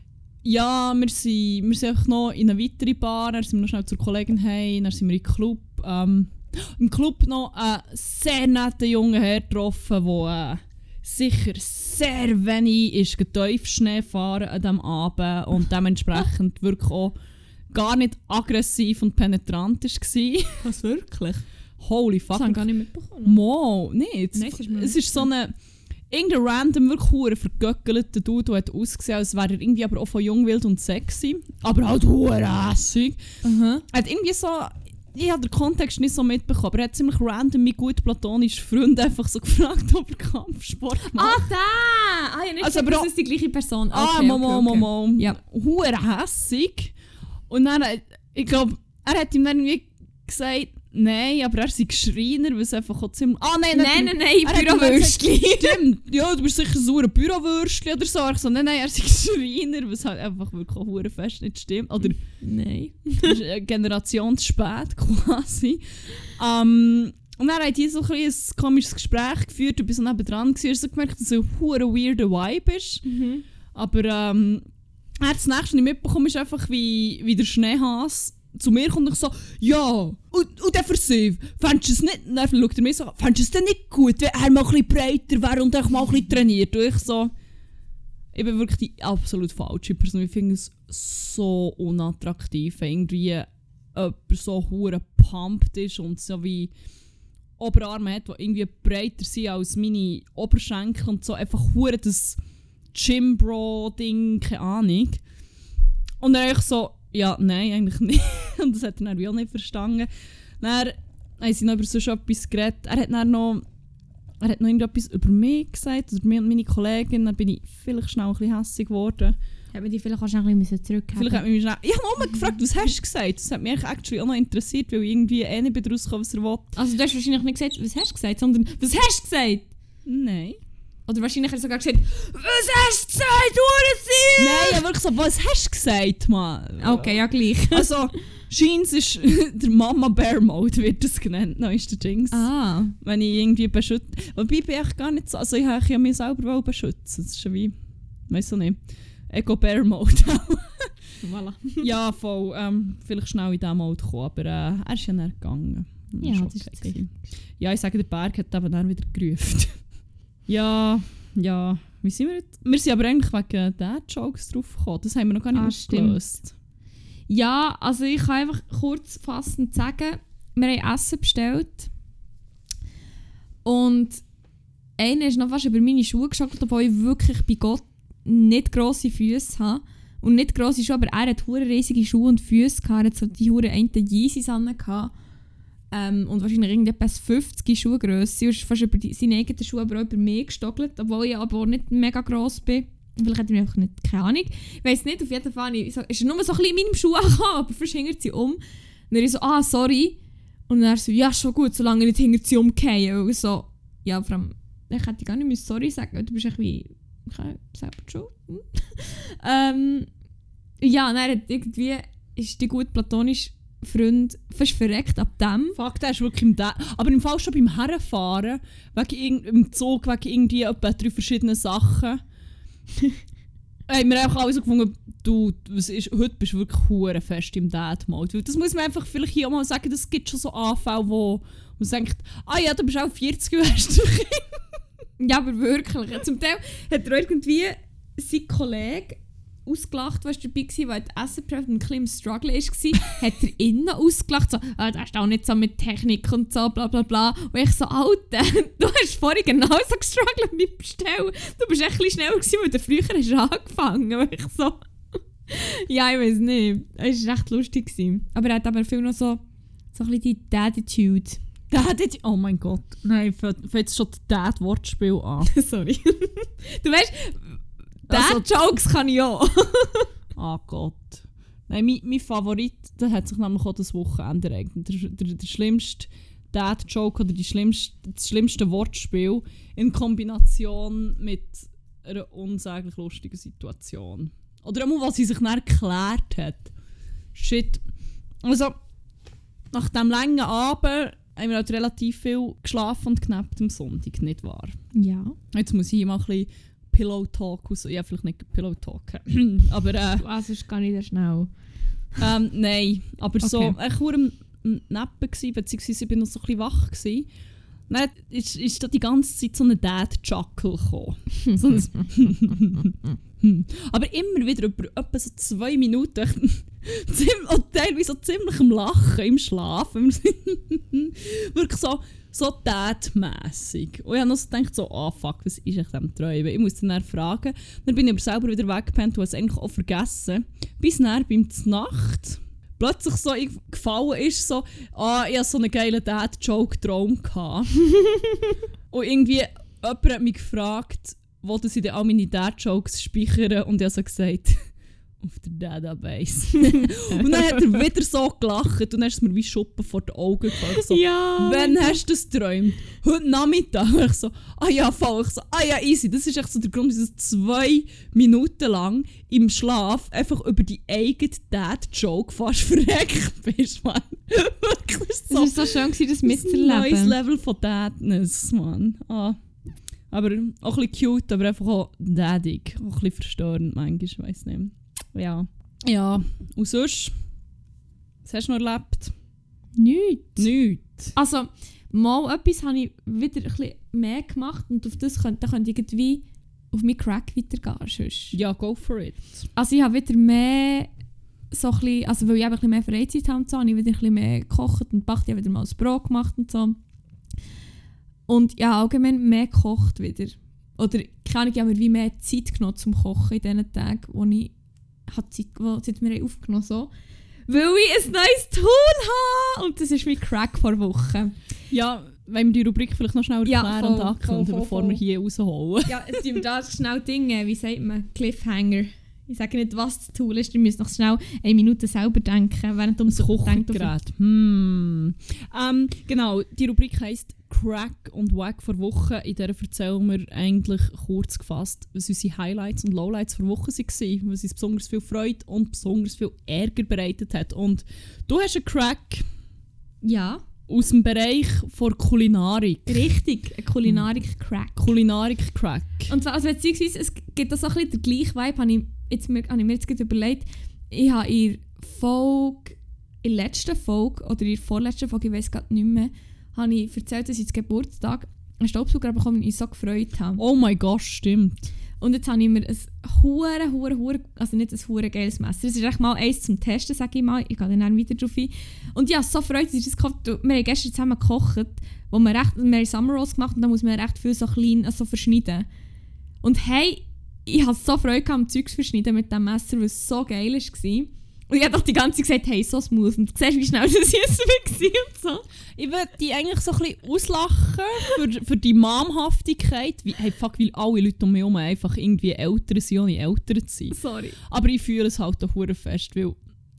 Ja, wir sind, wir sind einfach noch in eine weitere Bar, dann sind wir noch schnell zur Kollegin heim, dann sind wir im Club. Ähm, Im Club noch einen sehr netten jungen Herr getroffen, der äh, sicher sehr wenig ist Tiefschnee fahren an diesem Abend und dementsprechend wirklich auch gar nicht aggressiv und penetrant war. Was, wirklich? Holy Das fuck. habe ich gar nicht mitbekommen. Mo, nicht. Nein, das ist mir es ist so eine... Irgendein random, wirklich hure vergöckelter Dude, der hat ausgesehen, als wäre er irgendwie aber auch von jung, wild und sexy. Aber halt hure hässig. Aha. Er hat irgendwie so... Ich habe den Kontext nicht so mitbekommen, aber er hat ziemlich random mit gut platonischen Freunden einfach so gefragt, ob er Kampfsport macht. Ah, da! Ah, ja, nicht Also, also, aber das auch- ist die gleiche Person. Ah, Okay, Momo, okay, okay. Momo. Ja. Hure hässig. Und dann, äh, ich glaube, er hat ihm dann irgendwie gesagt, nein, aber er sei Schreiner, weil es einfach auch ziemlich... Ah, nein, Nein, nein, nein, er hat ihm dann Bürowürstchen. gesagt, Stimmt, ja, du bist sicher so ein Bürowürstchen oder so. Ich so, nein, nein, er sei Schreiner, was halt einfach wirklich auch hure fest nicht stimmt. Oder Nein. eine Generation zu spät quasi. Um, und dann hat hier so ein, bisschen ein komisches Gespräch geführt, du bist so nebendran gewesen, hast so gemerkt, dass es ein hure weirder Vibe ist. Mhm. Aber ähm, er hat das nächste nicht mitbekommen, ist einfach wie, wie der Schneehas zu mir kommt und so, ja, und, und dann für sie, fändest du es nicht, dann schaut er mir so, fändest du es denn nicht gut, wenn er mal ein bisschen breiter wäre und auch mal ein bisschen trainiert? Und ich so, ich bin wirklich die absolut falsche Person. Ich finde es so unattraktiv, wenn irgendwie jemand so hure pumped ist und so wie Oberarme hat, die irgendwie breiter sind als meine Oberschenkel und so einfach hure das Gym-Bro-Ding, keine Ahnung. Und dann ich so, ja, nein, eigentlich nicht. Und das hat er dann auch nicht verstanden. Dann haben sie noch über so etwas geredet. Er hat dann noch, er hat noch irgendetwas über mich gesagt, oder mir und meine Kollegin. Dann bin ich vielleicht schnell ein bisschen hässig geworden. Haben die vielleicht auch schon ein bisschen zurückhaben. Vielleicht hat mich schnell... Ich habe auch mal gefragt, was hast du gesagt? Das hat mich actually auch noch interessiert, weil ich irgendwie eh nicht daraus kam, was er will. Also du hast wahrscheinlich nicht gesagt, was hast du gesagt, sondern was hast du gesagt? Nein. Oder wahrscheinlich hat er sogar gesagt, was hast du gesagt, Hurensieg? Nein, ich habe wirklich so, was hast du gesagt, Mann? Okay, ja gleich. Also, Scheins ist der Mama Bear Mode, wird das genannt, neuestens. Ah. Wenn ich irgendwie beschütze. Wobei bin ich gar nicht so... Also ich wollte ja mich selber beschützen. Das ist schon wie... Weiss auch nicht. Ego Bear Mode auch. Voilà. Ja, voll. Ähm, vielleicht schnell in diesen Mode kommen, aber äh, er ist ja nicht gegangen. Ja, das das ist okay. sicher. Ja, ich sage, der Berg hat eben dann wieder gerufen. Ja, ja. Wie sind wir jetzt? Wir sind aber eigentlich wegen Dad-Jokes drauf gekommen. Das haben wir noch gar nicht Ah, aufgelöst. Ja, also ich kann einfach kurz fassend sagen, wir haben Essen bestellt. Und einer ist noch fast über meine Schuhe geschackelt, obwohl ich wirklich bei Gott nicht grosse Füße habe. Und nicht grosse Schuhe, aber er hat hure riesige Schuhe und Füße gehabt. Er hat so die hure einen Yeezys an gehabt. Ähm, und wahrscheinlich irgendwie etwa fünfzig Schuhgrösse. Und ist fast über die, seine eigenen Schuhe aber auch über mich gestockelt, obwohl ich aber auch nicht mega gross bin. Vielleicht hat er mich einfach nicht, keine Ahnung. Ich weiss nicht, auf jeden Fall ich, so, ist er nur so ein bisschen in meinem Schuh angekommen, aber verschingert sie um. Und dann ich so, ah, sorry. Und dann so, ja, schon gut, solange ich nicht hinter sie umgehe. Und so, ja, vor allem, ich hätte gar nicht mehr sorry sagen, weil du bist echt wie, okay, selber schon. Hm. ähm, ja, dann hat irgendwie, ist die gut platonische Freund fast verreckt ab dem. Fuck, der ist wirklich im Dad. Aber im Fall schon beim Herfahren, wegen im Zug, wegen irgendwie etwa drei verschiedenen Sachen. haben wir einfach alle so gefunden, du, was ist, heute bist du wirklich hure fest im Dad-Mode. Das muss man einfach vielleicht hier auch mal sagen, das gibt schon so Anfälle, wo man denkt, ah ja, du bist auch vierzig und hast du Kind. Ja, aber wirklich. Zum Teil hat er irgendwie sein Kollege ausgelacht, der dabei war, weil die Essenprüfung ein bisschen im Struggle war, hat er innen ausgelacht, so, ah, das ist auch nicht so mit Technik und so, bla bla bla. Und ich so, Alter, du hast vorhin genauso gestruggelt mit Bestellen. Du bist echt ein bisschen schneller gewesen, weil du früher hast angefangen. Und ich so, ja, ich weiß nicht. Es war echt lustig gewesen. Aber er hat aber viel noch so, so ein bisschen die Daditude. Dad, oh mein Gott. Nein, fängt jetzt schon das Dad-Wortspiel an. Sorry. Du weißt, Dad-Jokes also, kann ich auch. Ah oh Gott. Nein, mein, mein Favorit, der hat sich nämlich auch das Wochenende ereignet. Der, der, der schlimmste Dad-Joke oder die schlimmste, das schlimmste Wortspiel in Kombination mit einer unsäglich lustigen Situation. Oder einmal, was sie sich dann erklärt hat. Shit. Also, nach diesem langen Abend haben wir halt relativ viel geschlafen und genappt am Sonntag, nicht wahr? Ja. Jetzt muss ich hier mal ein bisschen Pillow Talk aus. Ja, vielleicht nicht Pillow Talk. aber äh, also ist gar nicht schnell. Ähm, nein, aber Okay. so, ich war am Nappen, beziehungsweise ich war noch so ein bisschen wach. Gewesen. Dann ist, ist da die ganze Zeit so ein Dad-Chuckle gekommen. so ein aber immer wieder über etwa so zwei Minuten und teilweise so ziemlich am Lachen im Schlaf. Wirklich so, so Dad-mässig. Und ich habe noch so gedacht, so, ah oh, fuck, was ist echt am Träumen? Ich muss dann fragen. Dann bin ich aber selber wieder weggepennt und habe es eigentlich auch vergessen. Bis dann beim Znacht plötzlich so gefallen ist, so, ah, ich hatte so einen geilen Dad-Joke-Traum gehabt. Und irgendwie, jemand hat mich gefragt, wollte sie dann auch meine Dad-Jokes speichern und ich habe so gesagt, auf der Database. Und dann hat er wieder so gelacht und dann ist es mir wie Schuppen vor den Augen gefallen. So, Ja. wann hast du das geträumt? Heute Nachmittag. Und ich so, ah ja, voll. Ich so, ah ja, easy. Das ist echt so der Grund, dass du zwei Minuten lang im Schlaf einfach über die eigene Dad-Joke fast verreckt bist, Mann. Wirklich, das ist so, Es war so schön, das das ist ein neues mitzuerleben. Level von Dadness, Mann. Ah. Aber auch ein bisschen cute, aber einfach auch daddig. Auch ein bisschen verstörend manchmal, ich weiss nicht. Ja. Ja, und sonst Was hast du noch erlebt? Nichts. Nichts. Also, mal etwas habe ich wieder ein bisschen mehr gemacht und auf das könnte, da könnte ich irgendwie auf meinen Crack weitergehen. Sonst. Ja, go for it. Also ich habe wieder mehr, so ein bisschen, also weil ich eben ein bisschen mehr Freizeit habe, und so, habe ich wieder ein bisschen mehr gekocht und gebacken, ich habe wieder mal das Brot gemacht und so. Und ja, allgemein mehr gekocht wieder. Oder keine Ahnung, ich habe mir wie mehr Zeit genommen zum Kochen in diesen Tagen, wo ich hat Zeit, wo Zeit mir aufgenommen so, weil ich ein neues Tool habe. Und das ist mein Crack vor Wochen. Ja, wollen wir die Rubrik vielleicht noch schnell erklären Ja, voll, und ankündigen, voll, voll, bevor voll. wir hier rausholen? Ja, jetzt tun wir da schnell Dinge, wie sagt man, Cliffhanger. Ich sage nicht, was das Tool ist, ihr müsst noch schnell eine Minute selber denken, während ihr ums Kochen denkt. Kochgerät. Hm. Ähm, genau, die Rubrik heisst Crack und Wack vor Woche. In der erzählen wir eigentlich kurz gefasst, was unsere Highlights und Lowlights vor Woche waren, was uns besonders viel Freude und besonders viel Ärger bereitet hat. Und du hast einen Crack Ja, aus dem Bereich der Kulinarik. richtig, ein Kulinarik-Crack. Kulinarik-Crack. Und zwar, also beziehungsweise, es gibt da so ein bisschen den gleichen Vibe, habe ich, jetzt, mir- habe ich mir jetzt gerade überlegt. Ich habe in der Folge, in der letzten Folge, oder in der vorletzten Folge, ich weiß gerade nicht mehr, habe ich erzählt, dass ich zum Geburtstag einen Staubsauger bekommen und ich so gefreut habe. Oh mein Gott, stimmt. Und jetzt habe ich mir ein hure, hure, hure, also nicht ein hure geiles Messer. Es ist echt mal eins zum Testen, sage ich mal. Ich gehe dann auch wieder drauf ein. Und ja, so freut, dass ich das gekauft habe. Wir haben gestern zusammen gekocht, wo wir recht, wir haben Summer Rolls gemacht und da muss man recht viel so klein also verschneiden. Und hey, ich hatte so Freude am Zeugs verschneiden mit diesem Messer, weil es so geil war. Und ich habe doch die ganze Zeit gesagt, hey, so smooth. Und du siehst, wie schnell das jetzt war und so. Ich würde die eigentlich so ein bisschen auslachen für, für die Momhaftigkeit. Wie, hey, fuck, weil alle Leute um mich herum einfach irgendwie älter sind, ohne älter zu sein. Sorry. Aber ich fühle es halt auch hure fest, weil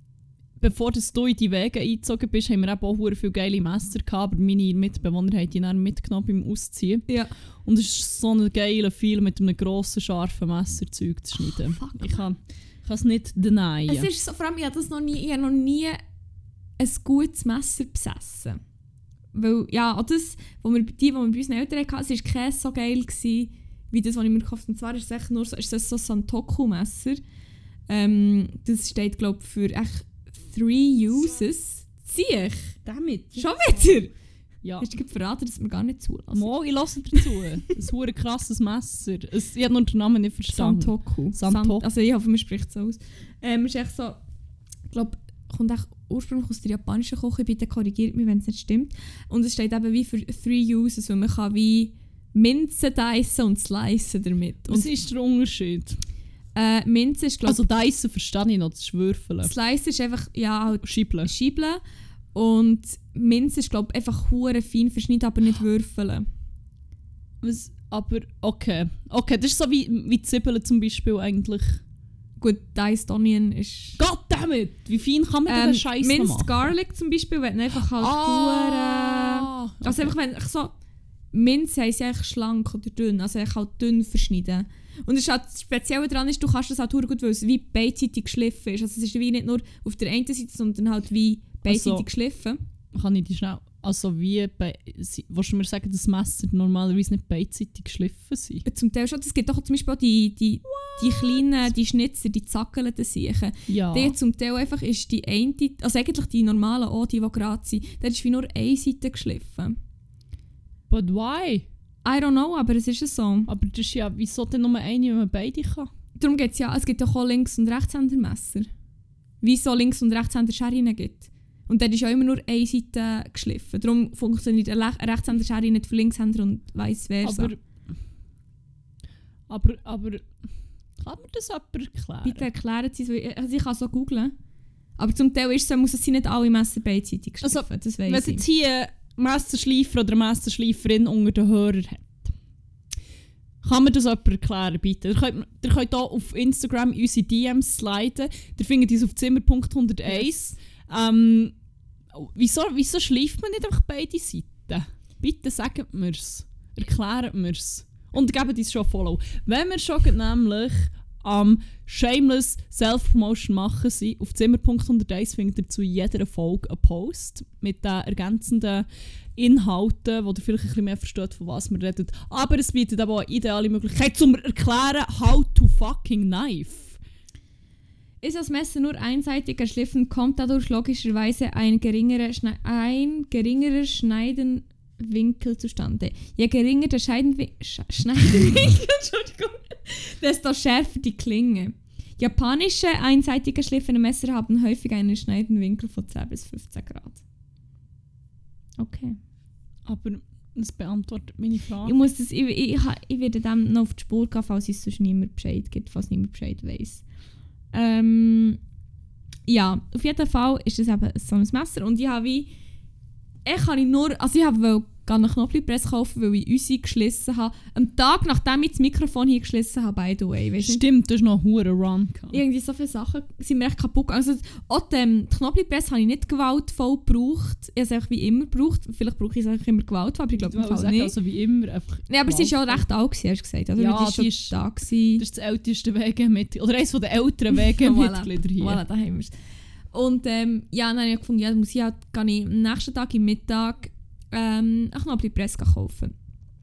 bevor das du in die Wege eingezogen bist, haben wir eben auch hure viele geile Messer gehabt, aber meine Mitbewohner haben die dann mitgenommen beim Ausziehen. Ja. Und es ist so ein geiler Feel, mit einem grossen, scharfen Messerzeug zu schneiden. Fuck. Ich kann ich kann es nicht denyen. Es ist so, vor allem, ich habe das noch nie, ich habe noch nie ein gutes Messer besessen. Weil, ja, auch das, wo wir, die, die wir bei unseren Eltern hatten, es war kein so geil gewesen, wie das, was ich mir gekauft habe. Und zwar ist es echt nur so, ist das so ein Santoku-Messer. Ähm, das steht, glaube ich, für echt three uses. Zieh ich? Damit. Schon wieder? Ja. Hast du gerade verraten, dass wir gar nicht zulassen? Mo, ich höre dazu. Ein hure krasses Messer. Es, ich habe nur den Namen nicht verstanden. Santoku. Santoku. Sant, also ich hoffe, man spricht es so aus. Ähm, es ist echt so, ich glaube, kommt echt ursprünglich aus der japanischen Küche, bitte korrigiert mich, wenn es nicht stimmt. Und es steht eben wie für three uses, weil man kann wie Minzen dicen und slicen damit. Was Und, ist der Unterschied? äh, Minzen ist, glaube Also Dicen verstehe ich noch, das ist Würfeln. Slice ist einfach, ja, halt Schiebeln. Schiebeln. Und Minze ist, glaube ich, einfach hure fein verschnitten, aber nicht würfeln. Was, aber, okay. Okay, das ist so wie, wie Zwiebeln zum Beispiel eigentlich. Gut, Diced Onion ist... Goddammit! Wie fein kann man denn Ähm, den Scheiß noch Minced machen? Garlic zum Beispiel, wenn einfach halt Ah, hure... Also einfach, wenn ich so... Minze heisst ja eigentlich schlank oder dünn, also eigentlich halt dünn verschnitten. Und das, ist halt, das Spezielle daran ist, du kannst das halt hure gut, weil es wie beidseitig geschliffen ist. Also es ist wie nicht nur auf der einen Seite, sondern halt wie beidseitig Also- geschliffen. Kann ich die schnell... Also wie... Bei, sie- willst du mir sagen, dass Messer normalerweise nicht beidseitig geschliffen sind? Zum Teil schon. Es gibt doch zum Beispiel auch die, die, die kleinen, die Schnitzer, die zackelnden Siechen. Ja. Die zum Teil einfach ist die eine, also eigentlich die normalen auch, die, die gerade sind, da ist wie nur eine Seite geschliffen. But why? I don't know, aber es ist so. Aber das ist ja... Wieso denn nur eine, wenn man beide kann? Darum gibt es ja, es gibt ja auch Links- und Rechtshändermesser. Wie es so Links- und Rechtshänder-Schere gibt. Und dort ist ja immer nur eine Seite geschliffen. Darum funktioniert eine Le- eine Rechtshänder-Schere nicht für Linkshänder und vice versa. Aber... Aber... Aber... Kann mir das jemand erklären? Bitte erklären Sie es, also ich kann so googlen. Aber zum Teil ist es so, muss es nicht alle Messer beidseitig geschliffen. Also, das Wenn weiss es ich. jetzt hier einen Messerschleifer oder eine Messerschleiferin unter den Hörern hat, kann mir das jemand erklären, bitte? Ihr könnt, ihr könnt hier auf Instagram in unsere D Ms sliden. Ihr findet uns auf zimmer Punkt hunderteins. Yes. Ähm, wieso, wieso schleift man nicht einfach beide Seiten? Bitte sagt mir's. Erklärt mir's. Und gebt uns schon ein Follow. Wenn wir schon nämlich am um, Shameless Self-Promotion machen sind, auf zimmer Punkt hunderteins findet ihr zu jeder Folge einen Post mit den ergänzenden Inhalten, wo ihr vielleicht ein bisschen mehr versteht, von was wir reden. Aber es bietet aber auch eine ideale Möglichkeit, um zu erklären, how to fucking knife. Ist das Messer nur einseitig geschliffen, kommt dadurch logischerweise ein geringerer, Schne- ein geringerer Schneidenwinkel zustande. Je geringer der Scheidenwi- Sch- Schneidenwinkel, Entschuldigung, desto schärfer die Klinge. Japanische einseitig geschliffene Messer haben häufig einen Schneidenwinkel von zehn bis fünfzehn Grad. Okay. Aber das beantwortet meine Frage. Ich, muss das, ich, ich, ich, ich werde dem noch auf die Spur gehen, falls es sonst niemand Bescheid gibt, falls niemand Bescheid weiss. Ähm, ja, auf jeden Fall ist das eben so ein Messer und ich habe wie... Ich kann ich nur... Also ich habe eine Knoblauchpresse kaufen, weil ich unsere geschlissen habe. Am Tag, nachdem ich das Mikrofon hier geschlissen habe, by the way. Weißt Stimmt, du hast noch einen hohen Run gehabt. Irgendwie so viele Sachen sind mir echt kaputt gegangen. Also auch die, ähm, die Knoblauchpresse habe ich nicht gewaltvoll gebraucht. Ich habe es einfach wie immer gebraucht. Vielleicht brauche ich es einfach immer gewaltvoll, aber ich glaube im Fall sagen, nicht. Also wie immer einfach Ja, aber sie ist ja auch recht alt gewesen, hast du gesagt. Oder? Ja, Die ist schon die ist- da gewesen. Das ist das älteste Wegemitglied. Oder eines der älteren Wegemitglieder hier. Voilà, da haben wir es. Und ähm, ja, dann habe ich gefunden, ja, muss ich halt, kann ich am nächsten Tag im Mittag ähm, eine Knoblauchpresse kaufen.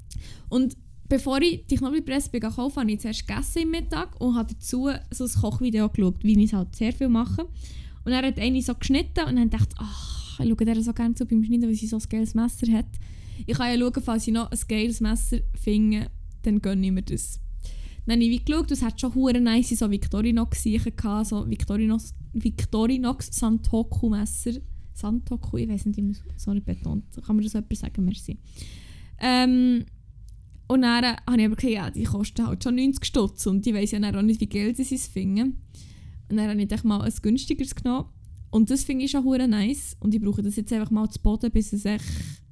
Und bevor ich die Knoblauchpresse bin kaufen, habe ich zuerst gegessen im Mittag und habe dazu so ein Kochvideo geschaut, wie ich es halt sehr viel mache. Und dann hat eine so geschnitten und dann dachte ich, ach, ich schaue der so gerne zu beim Schneiden, weil sie so ein geiles Messer hat. Ich kann ja schauen, falls ich noch ein geiles Messer finde, dann gönne ich mir das. Dann habe ich wie geschaut, es hat schon hure nice so Victorinox-Sachen gehabt, so Victorinox, Victorinox Santoku-Messer. Santoku, ich weiß nicht, wie man es sorry, betont. Kann mir das jemand sagen? Merci. Ähm, und dann habe ich aber gesagt, ja, die kosten halt schon neunzig Stutz und ich weiss ja dann auch nicht, wie Geld sie es finden. Und dann habe ich mal ein günstigeres genommen. Und das finde ich schon hure nice. Und ich brauche das jetzt einfach mal zu Boden, bis es echt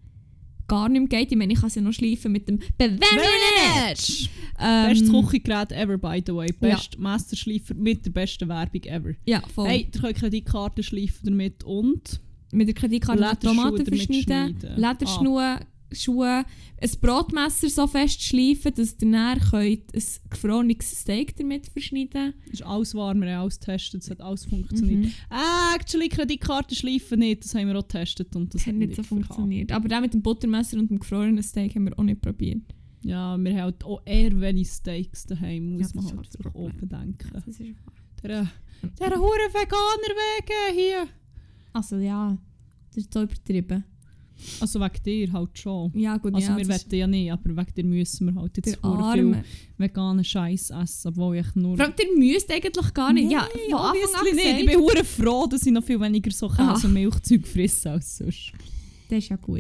gar nicht mehr geht. Ich meine, ich kann es ja noch schleifen mit dem Bewernet! Ähm, Bestes Küchengerät ever, by the way. Ja. Best Messerschleifer mit der besten Werbung ever. Ja, voll. Hey, ihr könnt Kreditkarten schleifen damit und Mit der Kreditkarte Lederschuhe Tomaten damit verschneiden, schneiden. Lederschuhe, Schuhe, ein Brotmesser so fest schleifen, dass ihr dann könnt ein gefrorenes Steak damit verschneiden. das ist alles warm, wir haben alles getestet, es hat alles funktioniert. Mhm. Ah, actually, Kreditkarten schleifen nicht, das haben wir auch getestet und das Das hat nicht so verhauen. funktioniert. Aber auch mit dem Buttermesser und dem gefrorenen Steak haben wir auch nicht probiert. Ja, wir haben halt auch eher wenig Steaks daheim, muss Ja, das man ist halt halt das vielleicht auch Problem. bedenken. Das ist wahr. Der, der hure Veganer wegen hier. Also ja, das ist so übertrieben. Also wegen dir halt schon. Ja gut, Also ja, wir das ist wetten ja nicht, aber wegen dir müssen wir halt jetzt der hure viel Arme. veganen Scheiß essen, obwohl ich nur... Vor allem, ihr müsst eigentlich gar nicht. ja, Nein, von Anfang an obviously nicht. Ich gesagt, bin hure froh, dass ich noch viel weniger so Käse Ah. und Milchzeug frisse als sonst. das ist ja gut.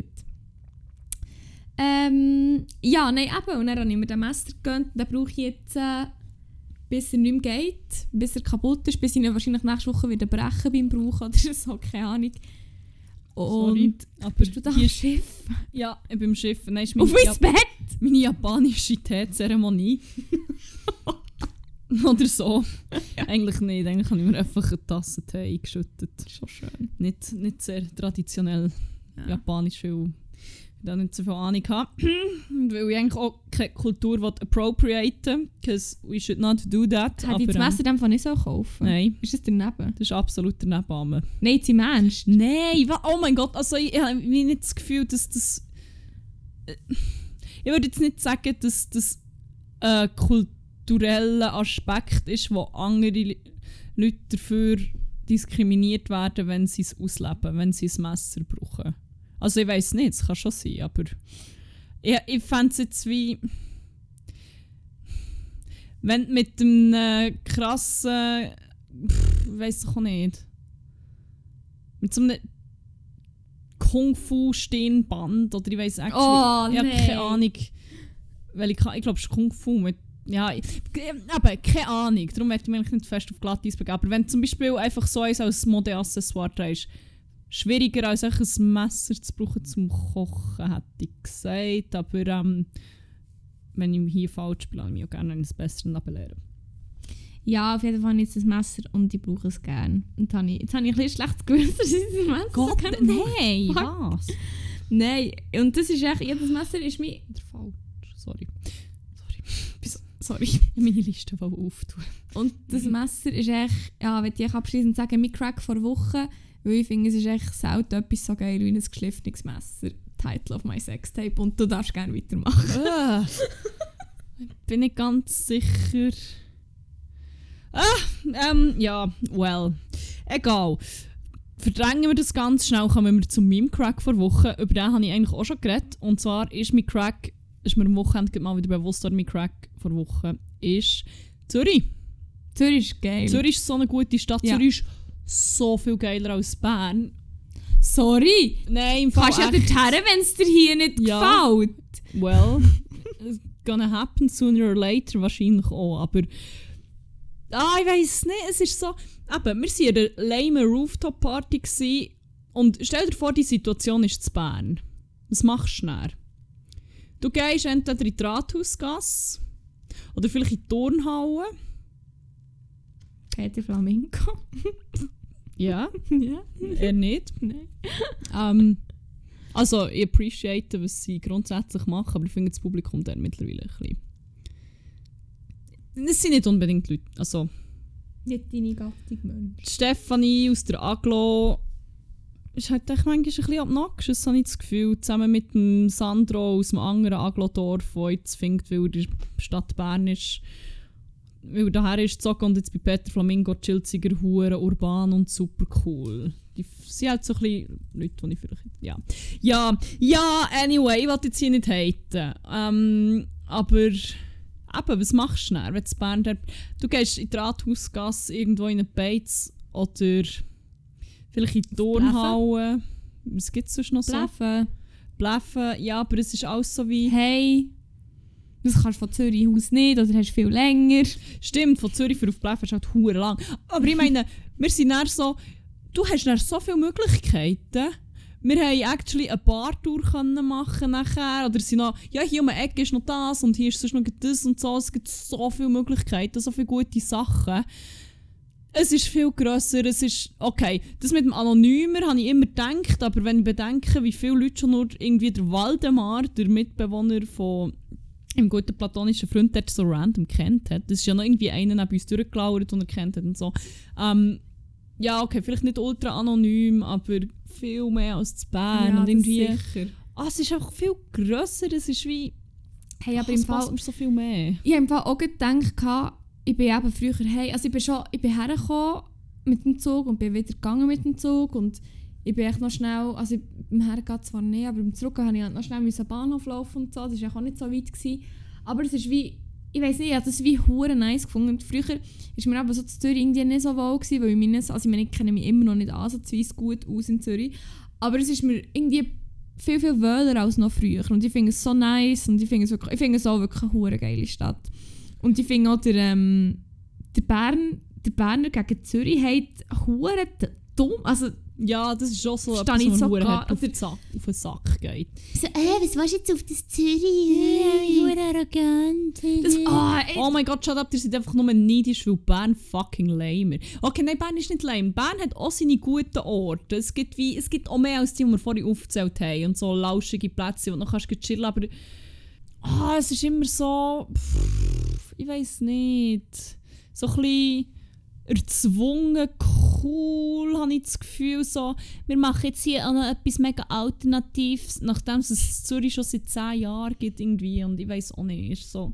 Ähm, ja, nein, eben. Und dann habe ich mir den Messer gegönnt. Den brauche ich jetzt, äh, bis er nicht mehr geht, bis er kaputt ist, bis ich ihn wahrscheinlich nächste Woche wieder brechen beim Brauchen oder so, keine Ahnung. Sorry, Und aber bist du da hier am ist, Schiff? ja, ich bin im Schiff. Nein, ist Auf meine, mein Jap Bett? meine japanische Teezeremonie. Oder so. Eigentlich nicht. Eigentlich habe ich mir einfach eine Tasse Tee eingeschüttet. Schon schön. Nicht, nicht sehr traditionell Ja. japanisch, weil ich da nicht so viel Ahnung habe. Und weil ich eigentlich auch keine Kultur appropriaten, because we should not do that. Hätte ich das aber, Messer in dem Fall nicht so kaufen? Nein, Ist das daneben? das ist absolut daneben. Nein, jetzt im Ernst? Nein, wa- oh mein Gott, also ich, ich habe nicht das Gefühl, dass das... äh, Ich würde jetzt nicht sagen, dass das ein kultureller Aspekt ist, wo andere Li- Leute dafür diskriminiert werden, wenn sie es ausleben, wenn sie ein Messer brauchen. Also ich weiss nicht, es kann schon sein, aber ich, ich fände es jetzt wie... Wenn du mit einem äh, krassen... Pff, ich weiss doch auch nicht. Mit so einem Kung-Fu-Stirnband oder ich weiss actually... Oh, ich habe nein. keine Ahnung. Weil ich, ich glaube, es ist Kung-Fu mit... Ja, ich, aber keine Ahnung. Darum werde ich mich eigentlich nicht fest auf Glatteis begeben. Aber wenn du zum Beispiel einfach so eins als Modeaccessoire trägst, schwieriger als einfach ein Messer zu brauchen zum Kochen, hätte ich gesagt. Aber ähm, wenn ich hier falsch bin, lasse ich mich auch gerne eines Besseren belehren. Ja, auf jeden Fall habe ich jetzt ein Messer und ich brauche es gerne. Und habe ich, jetzt habe ich ein bisschen schlecht gewusst, dass ich das Messer Gott, so nein, Fuck. was? Nein, und das ist echt, jedes Messer ist mir... Falsch, sorry. Sorry. Bis- Sorry, ich will meine Liste auftun. Und das Messer ist echt, ja, würde ich abschließend sagen, mein Crack vor Wochen, weil ich finde, es ist echt selten etwas so geil wie ein geschliffenes Messer. Title of my Sextape und du darfst gerne weitermachen. Ah, bin ich ganz sicher. Ah, ähm, ja, well. Egal. Verdrängen wir das ganz schnell, kommen wir zu meinem Crack vor Wochen. Über den habe ich eigentlich auch schon geredet. Und zwar ist mein Crack, ist mir am Wochenende mal wieder bewusst, dass mein Crack vor Wochen ist Zürich. Zürich ist geil. Zürich ist so eine gute Stadt. Ja. Zürich ist so viel geiler als Bern. Sorry. Nein, im Fall Kannst ja dorthin, wenn es dir hier nicht Ja. gefällt. Well, it's gonna happen sooner or later wahrscheinlich auch, aber ah, ich weiss nicht, es ist so, eben, wir waren in einer lame Rooftop-Party gewesen, und stell dir vor, die Situation ist zu Bern. Was machst du dann? Du gehst entweder in die Rathausgasse oder vielleicht in die Turnhalle. Peter Flamingo. Ja, Ja. er nicht. Nein. Ähm, also, ich appreciate, was sie grundsätzlich machen, aber ich finde das Publikum dann mittlerweile ein bisschen... Es sind nicht unbedingt Leute, also... Nicht deine Gattung, Mensch. Die Stefanie aus der Aglo ist halt echt manchmal ein bisschen obnoxisch, das habe ich das Gefühl. Zusammen mit dem Sandro aus dem anderen Aglo-Dorf, der jetzt findet, weil er in der Stadt Bern ist, weil er daher ist gezogen und jetzt bei Peter Flamingo chillt, sie hure urban und super cool. Die sind halt so ein bisschen Leute, die ich vielleicht... Ja, ja, ja anyway, ich will jetzt hier nicht haten. Ähm, aber... Eben, was machst du denn, wenn du Bern dort... Du gehst in die Rathausgasse irgendwo in einen Beiz oder vielleicht in die Turnhalle. Was gibt es sonst noch so? Bläffen. Bläffen, ja, aber es ist alles so wie... Hey. Das kannst du von Zürich aus nicht, oder hast du viel länger. Stimmt, von Zürich für auf Bläffen ist halt hure lang. Aber ich meine, wir sind dann so... Du hast dann so viele Möglichkeiten. Wir haben actually eine Bartour können machen nachher. Oder sind noch, ja, hier um die Ecke ist noch das und hier ist sonst noch das und so. Es gibt so viele Möglichkeiten, so viele gute Sachen. Es ist viel grösser, es ist... Okay, das mit dem Anonymer habe ich immer gedacht, aber wenn ich bedenke, wie viele Leute schon nur irgendwie der Waldemar, der Mitbewohner von einem guten platonischen Freund, der so random kennt hat. Das ist ja noch irgendwie einer neben uns durchgelauert und er kennt hat und so. Ähm, ja, okay, vielleicht nicht ultra anonym, aber viel mehr als zu Bern. Ja, und irgendwie, das sicher. Ah, es ist einfach viel grösser, es ist wie... Hey, aber ach, im es passt Fall... mir so viel mehr. Ich habe im Fall auch gedacht, ich bin eben früher hey, also ich bin schon, ich bin hergekommen mit dem Zug und bin wieder gegangen mit dem Zug und ich bin echt noch schnell, also ich, beim Hergehen zwar nicht, aber beim Zurückgehen musste ich halt noch schnell am Bahnhof laufen und so, das war auch nicht so weit gewesen. Aber es ist wie, ich weiss nicht, ich habe das wie hure nice gefunden. Und früher war mir aber so zu Zürich irgendwie nicht so wohl gewesen, weil ich mich nicht, also ich meine, ich kenne mich immer noch nicht ansatzweise gut aus in Zürich, aber es ist mir irgendwie viel, viel wohler als noch früher und ich finde es so nice und ich finde es, wirklich, ich finde es auch wirklich eine hure geile Stadt. Und ich finde auch, der, ähm, der, Bern, der Berner gegen Zürich hat hure dumm, also Ja, das ist auch so Verstehe etwas, ich was so mir gar- hart auf den Sack, auf den Sack geht. So, äh, was warst du jetzt auf das Zürich? Äh, hure arrogant. das, oh, ey, Oh mein Gott, shut up, ihr seid einfach nur neidisch, weil Bern fucking lame ist. Okay, nein, Bern ist nicht lame. Bern hat auch seine guten Orte. Es gibt, wie, es gibt auch mehr als die, die wir vorhin aufgezählt haben. Und so lauschige Plätze, wo du noch kannst chillen, aber... Ah, es ist immer so... Pff, ich weiss nicht. So ein bisschen... erzwungen, cool, habe ich das Gefühl. So, wir machen jetzt hier auch noch etwas mega Alternatives, nachdem es in Zürich schon seit zehn Jahren gibt irgendwie und ich weiss auch nicht, ist so...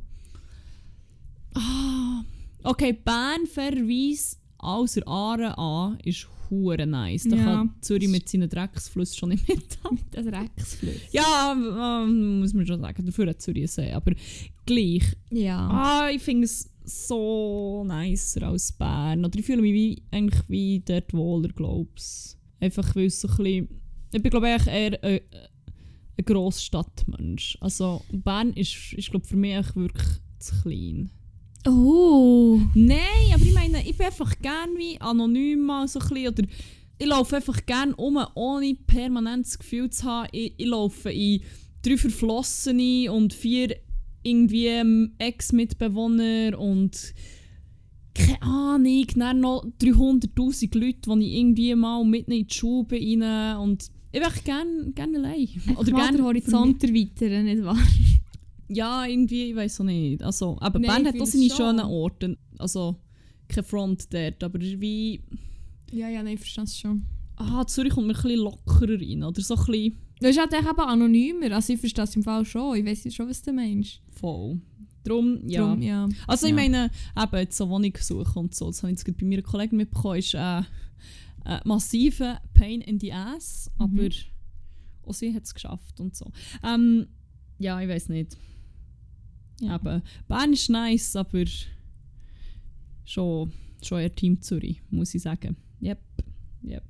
Ah, okay, Bern fairerweise außer Aare an ist hure nice. Da Ja. kann Zürich mit seinen Drecksflüssen schon nicht mit haben. das Drecksfluss. Ja, ähm, muss man schon sagen, dafür hat Zürich einen See, aber gleich. Ja. Ah, ich finde es so nicer als Bern. Oder ich fühle mich wie, eigentlich wie dort wohler, glaube ich. Einfach weil es so ein bisschen... Ich bin glaube ich eher ein, ein Grossstadtmensch. Also Bern ist, ist glaube für mich echt wirklich zu klein. Oh. Nein, aber ich meine, ich bin einfach gerne wie anonym mal so ein bisschen, oder ich laufe einfach gerne um, ohne permanent das Gefühl zu haben, ich, ich laufe in drei Verflossene und vier irgendwie ähm, Ex-Mitbewohner und keine Ahnung, dann noch dreihunderttausend Leute, die ich irgendwie mal mitten in die Schube rein und ich möchte gerne gern allein. Oder gerne den Horizont erweitern, nicht wahr? Ja, irgendwie, ich weiß auch nicht. Also, aber Nein, Bern ich hat auch find's seine schon. schönen Orte. Also, kein Front dort, aber es ist wie... Ja, ja, nein, ich verstehe es schon. Ah, Zürich kommt mir ein bisschen lockerer rein. Oder so ein bisschen Das ist halt echt eben anonymer, also ich verstehe es im Fall schon, ich weiss schon, was du meinst. voll. Drum, ja. Drum, ja. Also ich Ja. meine, eben jetzt so Wohnungssuche und so, das habe ich jetzt gerade bei meiner Kollegin mitbekommen, ist äh, äh, massive Pain in the Ass, Mhm. aber auch sie hat es geschafft und so. Ähm, ja, ich weiß nicht. Ja. Eben, Bern ist nice, aber schon, schon eher Team Zürich, muss ich sagen. Yep, yep.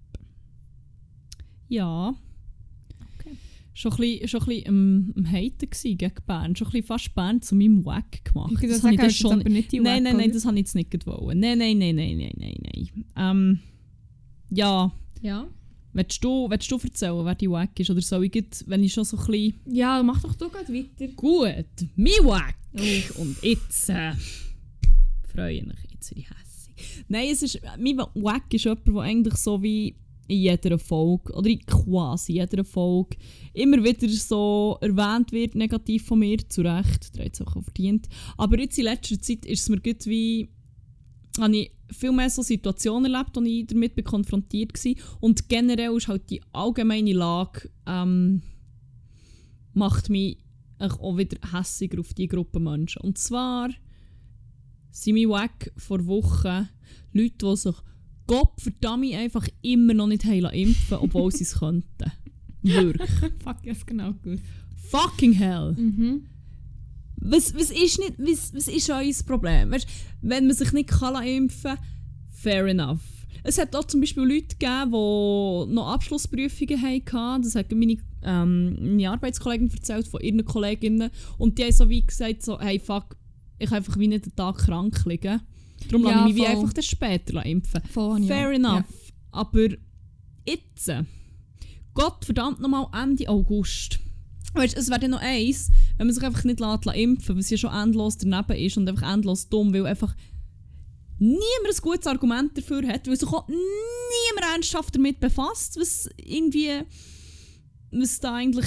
Ja. Okay. Schon ein bisschen, schon ein bisschen am, am Haten gsi gegen Bern. Schon ein bisschen fast Bern zu meinem Wack gemacht. Ich würde Das sagen, habe ich das dann schon... aber nicht die Nein, Wack, nein, nein, oder? das habe ich jetzt nicht gewollt. Nein, nein, nein, nein, nein, nein, nein. Ähm, ja, Ja. willst du, willst du erzählen, wer die Wack ist? Oder soll ich jetzt, wenn ich schon so ein bisschen... Ja, mach doch du gerade weiter. Gut, mein Wack! Und jetzt... Äh, freue mich, jetzt bin ich hässig. Nein, es ist... Mein Wack ist jemand, der eigentlich so wie in jeder Folge, oder in quasi jeder Folge, immer wieder so erwähnt wird, negativ von mir, zu Recht, der hat es auch verdient. Aber jetzt in letzter Zeit ist es mir gut wie... habe ich viel mehr so Situationen erlebt, wo ich damit konfrontiert war. Und generell ist halt die allgemeine Lage ähm, macht mich auch wieder hässiger auf diese Gruppe Menschen. Und zwar sind wir weg vor Wochen Leute, die sich Gottverdammt einfach immer noch nicht haben impfen, obwohl sie es könnten. Wirklich. Fuck, yes, genau gut. Fucking hell. Mhm. Was, was, ist nicht, was, was ist euer Problem? Weißt, wenn man sich nicht kann impfen kann, fair enough. Es hat auch zum Beispiel Leute gegeben, die noch Abschlussprüfungen hatten. Das hat meine, ähm, meine Arbeitskollegin erzählt von ihren Kolleginnen. Und die haben so wie gesagt, so, hey fuck, ich kann einfach wie nicht einen Tag krank liegen. Darum Ja, lasse ich mich wie voll. einfach dann später impfen. Voll, ja. Fair enough. Aber jetzt, äh, Gott verdammt nochmal Ende August. Weißt, es wäre dann noch eins, wenn man sich einfach nicht lässt, lässt impfen, was ja schon endlos daneben ist und einfach endlos dumm, weil einfach niemand ein gutes Argument dafür hat, weil sich auch niemand ernsthaft damit befasst, was irgendwie, was da eigentlich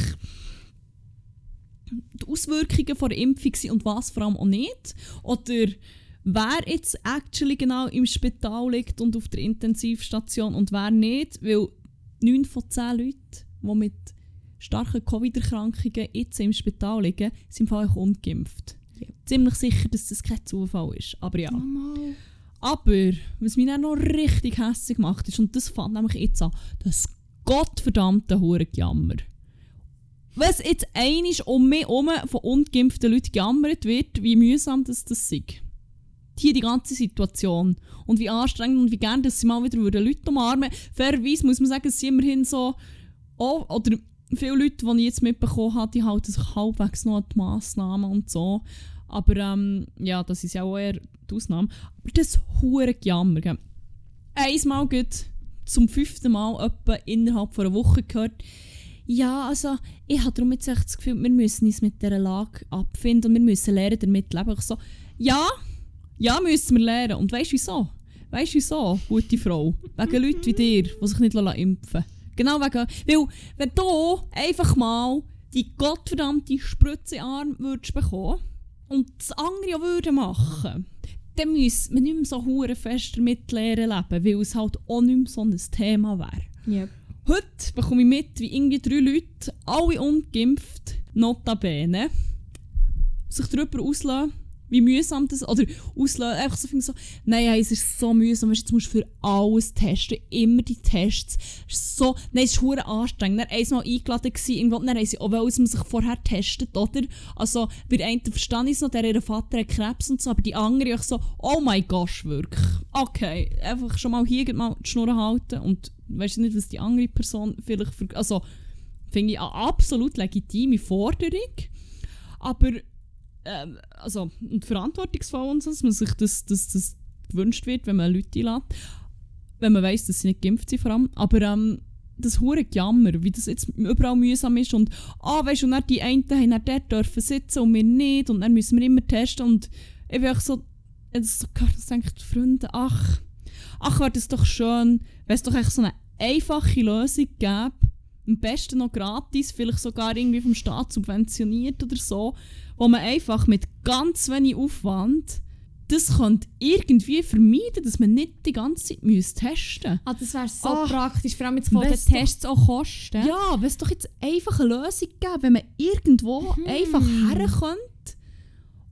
die Auswirkungen von der Impfung sind und was vor allem auch nicht. Oder wer jetzt actually genau im Spital liegt und auf der Intensivstation und wer nicht, weil neun von zehn Leuten, die mit starken Covid-Erkrankungen jetzt im Spital liegen, sind im Fall auch ungeimpft. Ja. Ziemlich sicher, dass das kein Zufall ist. Aber ja. Normal. Aber, was mich dann noch richtig hässlich macht, ist, und das fängt nämlich jetzt an, das gottverdammte Hurengejammer. Was jetzt einmal um mich herum von ungeimpften Leuten gejammert wird, wie mühsam das, das ist. Hier die ganze Situation. Und wie anstrengend und wie gerne, dass sie mal wieder Leute umarmen würden. Fairerweise muss man sagen, es sind immerhin so... Oh, oder viele Leute, die ich jetzt mitbekommen habe, die halten sich halbwegs noch an die Massnahmen und so. Aber ähm, ja, das ist ja auch eher die Ausnahme. Aber das Hurengejammer. Gell? Einmal geht zum fünften Mal etwa innerhalb von einer Woche gehört, ja, also ich habe darum jetzt echt das Gefühl, wir müssen uns mit dieser Lage abfinden und wir müssen lernen, damit leben. Ich so, ja, ja, müssen wir lernen. Und weißt du wieso? Weißt du wieso, gute Frau? Wegen Leuten wie dir, die sich nicht impfen lassen. Genau wegen, weil wenn du einfach mal die gottverdammte Spritze in den Arm würdest bekommen und das andere auch würden machen, dann müsste man nicht mehr so hure fest damit lernen leben, weil es halt auch nicht mehr so ein Thema wäre. Yep. Heute bekomme ich mit, wie irgendwie drei Leute, alle ungeimpft, notabene, sich darüber auslassen, wie mühsam das, oder auslassen, einfach so, so nein, hey, es ist so mühsam, weißt, jetzt musst du für alles testen, immer die Tests, es ist so, nein, es ist verdammt anstrengend. Dann war einmal eingeladen, irgendwo, dann haben sie auch wollen, dass man sich vorher testet, oder? Also, bei der einen verstehe ich es noch, der ihr Vater hat Krebs und so, aber die andere auch so, oh mein Gott, wirklich, okay, einfach schon mal hier mal die Schnur halten und weißt du nicht, was die andere Person vielleicht für, also, finde ich eine absolut legitime Forderung, aber Ähm, also und verantwortungsvoll und so, dass man sich das, das, das gewünscht wird, wenn man Leute einlädt. Wenn man weiss, dass sie nicht geimpft sind vor allem. Aber ähm, das Hurengejammer, wie das jetzt überall mühsam ist und ah, weißt du, und dann die einen haben dann dort dürfen sitzen und wir nicht und dann müssen wir immer testen und ich bin auch so, das so das denkt Freunde, ach, ach wäre das doch schön, wenn es doch echt so eine einfache Lösung gäbe, am besten noch gratis, vielleicht sogar irgendwie vom Staat subventioniert oder so, wo man einfach mit ganz wenig Aufwand das könnte irgendwie vermeiden, dass man nicht die ganze Zeit müsste testen Ah, das wäre so Ach, praktisch, vor allem jetzt von den weißt du- Tests auch kosten. Ja, wenn es doch jetzt einfach eine Lösung gäbe, wenn man irgendwo Mhm. einfach her könnte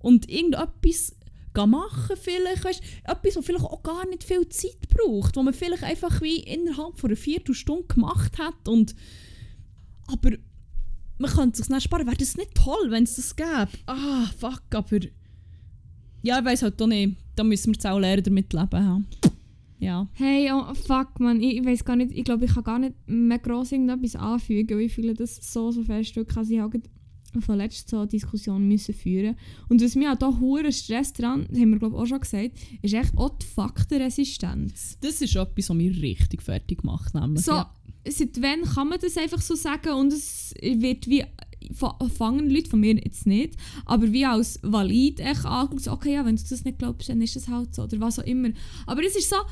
und irgendetwas machen vielleicht, weißt, etwas, das vielleicht auch gar nicht viel Zeit braucht, wo man vielleicht einfach wie innerhalb von einer Viertelstunde gemacht hat und aber man könnte es sich nicht sparen. Wäre das nicht toll, wenn es das gäbe? Ah, fuck, aber ja, ich weiss halt auch nicht. Da müssen wir jetzt auch lernen, damit leben. Ja. Ja. Hey, oh fuck, man, ich, ich weiß gar nicht, ich glaube, ich kann gar nicht mehr gross irgendetwas anfügen, weil ich fühle das so, so fest, dass ich auch von letzter so eine Diskussion müssen führen. Und was mir auch da hure Stress dran, das haben wir glaube ich auch schon gesagt, ist echt auch die Faktenresistenz. Das ist etwas, was mich richtig fertig macht. Nämlich. So, Ja. seit wann kann man das einfach so sagen und es wird wie von fangen Leute von mir jetzt nicht, aber wie als valid echt angeschaut, so, okay, ja, wenn du das nicht glaubst, dann ist das halt so oder was auch immer. Aber es ist so,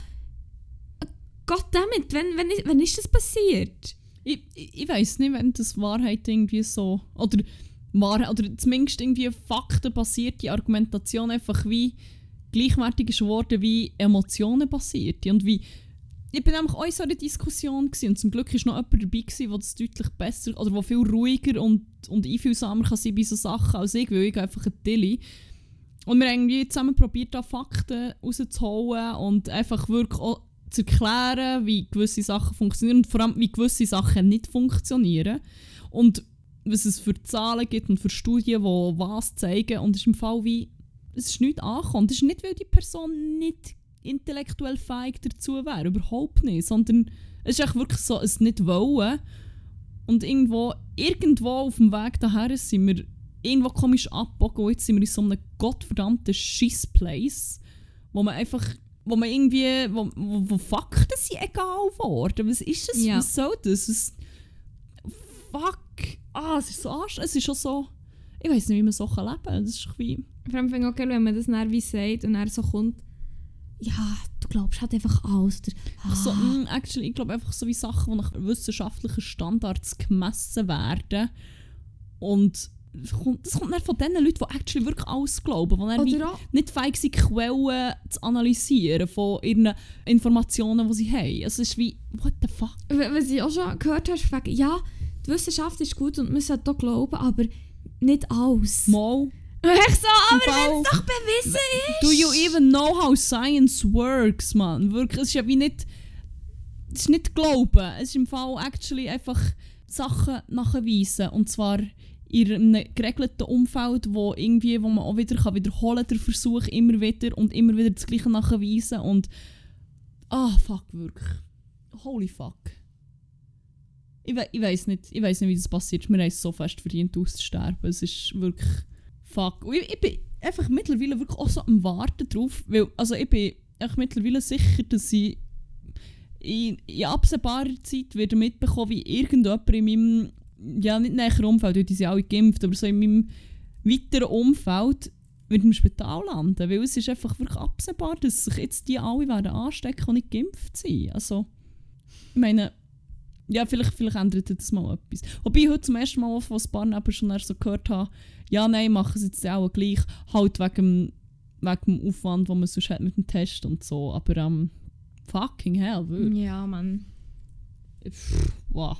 Goddammit, wenn, wenn, wenn ist das passiert? Ich, ich, ich weiss nicht, wenn das Wahrheit irgendwie so oder Wahrheit, oder zumindest irgendwie faktenbasierte Argumentation einfach wie gleichwertig ist geworden wie emotionenbasierte und wie ich bin nämlich auch in so einer Diskussion gewesen, und zum Glück war noch jemand dabei gewesen, der das deutlich besser oder der viel ruhiger und, und einfühlsamer kann sein bei so Sachen als ich, weil ich einfach ein Dilly. Und wir haben irgendwie zusammen probiert, da Fakten rauszuholen und einfach wirklich auch zu erklären, wie gewisse Sachen funktionieren und vor allem, wie gewisse Sachen nicht funktionieren. Und was es für Zahlen gibt und für Studien, die was zeigen. Und es ist im Fall wie, es ist nichts angekommen. Das ist nicht, weil die Person nicht intellektuell fähig dazu wäre, überhaupt nicht, sondern es ist echt wirklich so ein Nicht-Wollen. Und irgendwo, irgendwo auf dem Weg daher sind wir irgendwo komisch abgebogen und jetzt sind wir in so einem gottverdammten Schiss-Place, wo man einfach, wo man irgendwie, wo, wo, wo Fakten sind egal geworden. Was ist das? Ja. Was soll das? Was, fuck. Ah, es ist so anstrengend. Es ist schon so, ich weiss nicht, wie man so leben kann. Das ist wie... Vor allem finde ich okay, wenn man das dann wie sagt und dann so kommt, ja, du glaubst halt einfach alles. Oder, ah. So, mm, actually, ich glaube einfach so wie Sachen, die nach wissenschaftlichen Standards gemessen werden. Und das kommt, das kommt dann von den Leuten, die actually wirklich alles glauben, die dann wie auch, nicht fähig sind, Quellen zu analysieren von ihren Informationen, die sie haben. Es ist wie, what the fuck? was ich auch schon gehört habe, ist, ja, die Wissenschaft ist gut und man sollte da glauben, aber nicht alles. Mal. Echt so, aber Fall- wenn es doch bewiesen ist. Do you even know how science works, man? Wirklich, es ist ja wie nicht... Es ist nicht Glauben. Es ist im Fall actually einfach Sachen nachweisen. Und zwar in einem geregelten Umfeld, wo, irgendwie, wo man auch wieder kann wiederholen kann, der Versuch immer wieder und immer wieder das Gleiche nachweisen. Und... Ah, fuck, wirklich. Holy fuck. Ich, we ich weiss nicht, ich weiss nicht, wie das passiert. Wir haben es so fest verdient, auszusterben. Es ist wirklich... Fuck. Und ich, ich bin einfach mittlerweile wirklich auch so am Warten drauf, weil also ich bin echt mittlerweile sicher, dass ich in, in absehbarer Zeit werde mitbekommen, wie irgendjemand in meinem, ja nicht näheren Umfeld, weil die sind alle geimpft, aber so in meinem weiteren Umfeld wird im Spital landen, weil es ist einfach wirklich absehbar, dass sich jetzt die alle werden anstecken und nicht geimpft sind. Also, ich meine, ja, vielleicht, vielleicht ändert das mal etwas. Wobei ich heute zum ersten Mal von ein paar Neben schon so gehört habe, ja, nein, machen sie jetzt auch gleich, halt wegen dem, wegen dem Aufwand, den man sonst hat mit dem Test und so. Aber ähm, fucking hell, wirklich. Ja, Mann. Pff, wow.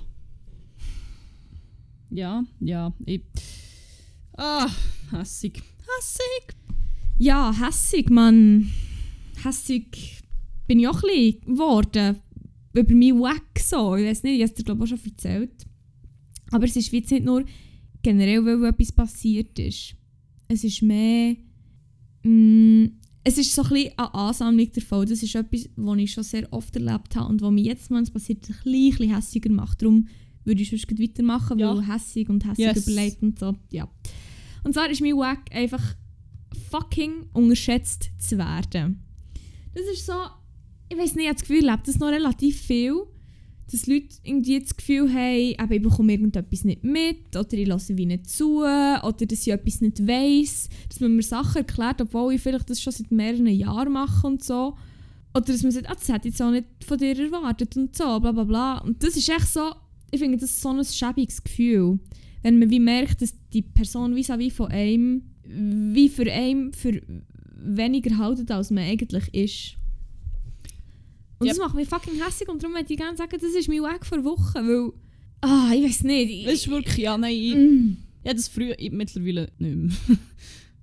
Ja, ja, ich... Ah, hässig. Hässig! Ja, hässig, Mann. Hässig bin ich auch ein bisschen geworden. Über meinen Wack so. Ich weiß nicht, ich habe es dir glaube ich auch schon erzählt. Aber es ist jetzt nicht nur generell, weil etwas passiert ist. Es ist mehr... Mm, es ist so ein bisschen eine Ansammlung davon. Das ist etwas, was ich schon sehr oft erlebt habe und was mich jetzt, wenn es passiert, ein bisschen, ein bisschen hässiger macht. Darum würde ich sonst gleich weitermachen, Ja. weil hässig und hässig Yes. überlegt und so. Ja. Und zwar ist mein Wack einfach fucking unterschätzt zu werden. Das ist so... Ich weiss nicht, ich habe das Gefühl, ich lebe das noch relativ viel. Dass Leute irgendwie das Gefühl haben, eben, ich bekomme irgendetwas nicht mit oder ich lasse wie nicht zu oder dass ich etwas nicht weiss. Dass man mir Sachen erklärt, obwohl ich vielleicht das schon seit mehreren Jahren mache und so. Oder dass man sagt, ah, das hätte ich jetzt auch nicht von dir erwartet und so, bla bla bla. Und das ist echt so, ich finde das ist so ein schäbiges Gefühl. Wenn man wie merkt, dass die Person vis-à-vis von einem wie für einen für weniger haltet, als man eigentlich ist. Und Yep. das macht mich fucking hässig und darum möchte ich gerne sagen, das ist mein Weg vor Wochen, weil... Ah, ich weiß nicht. Ich, Es ist wirklich, ja, nein, ich, Mm. ja, das früher, ich, mittlerweile nicht mehr.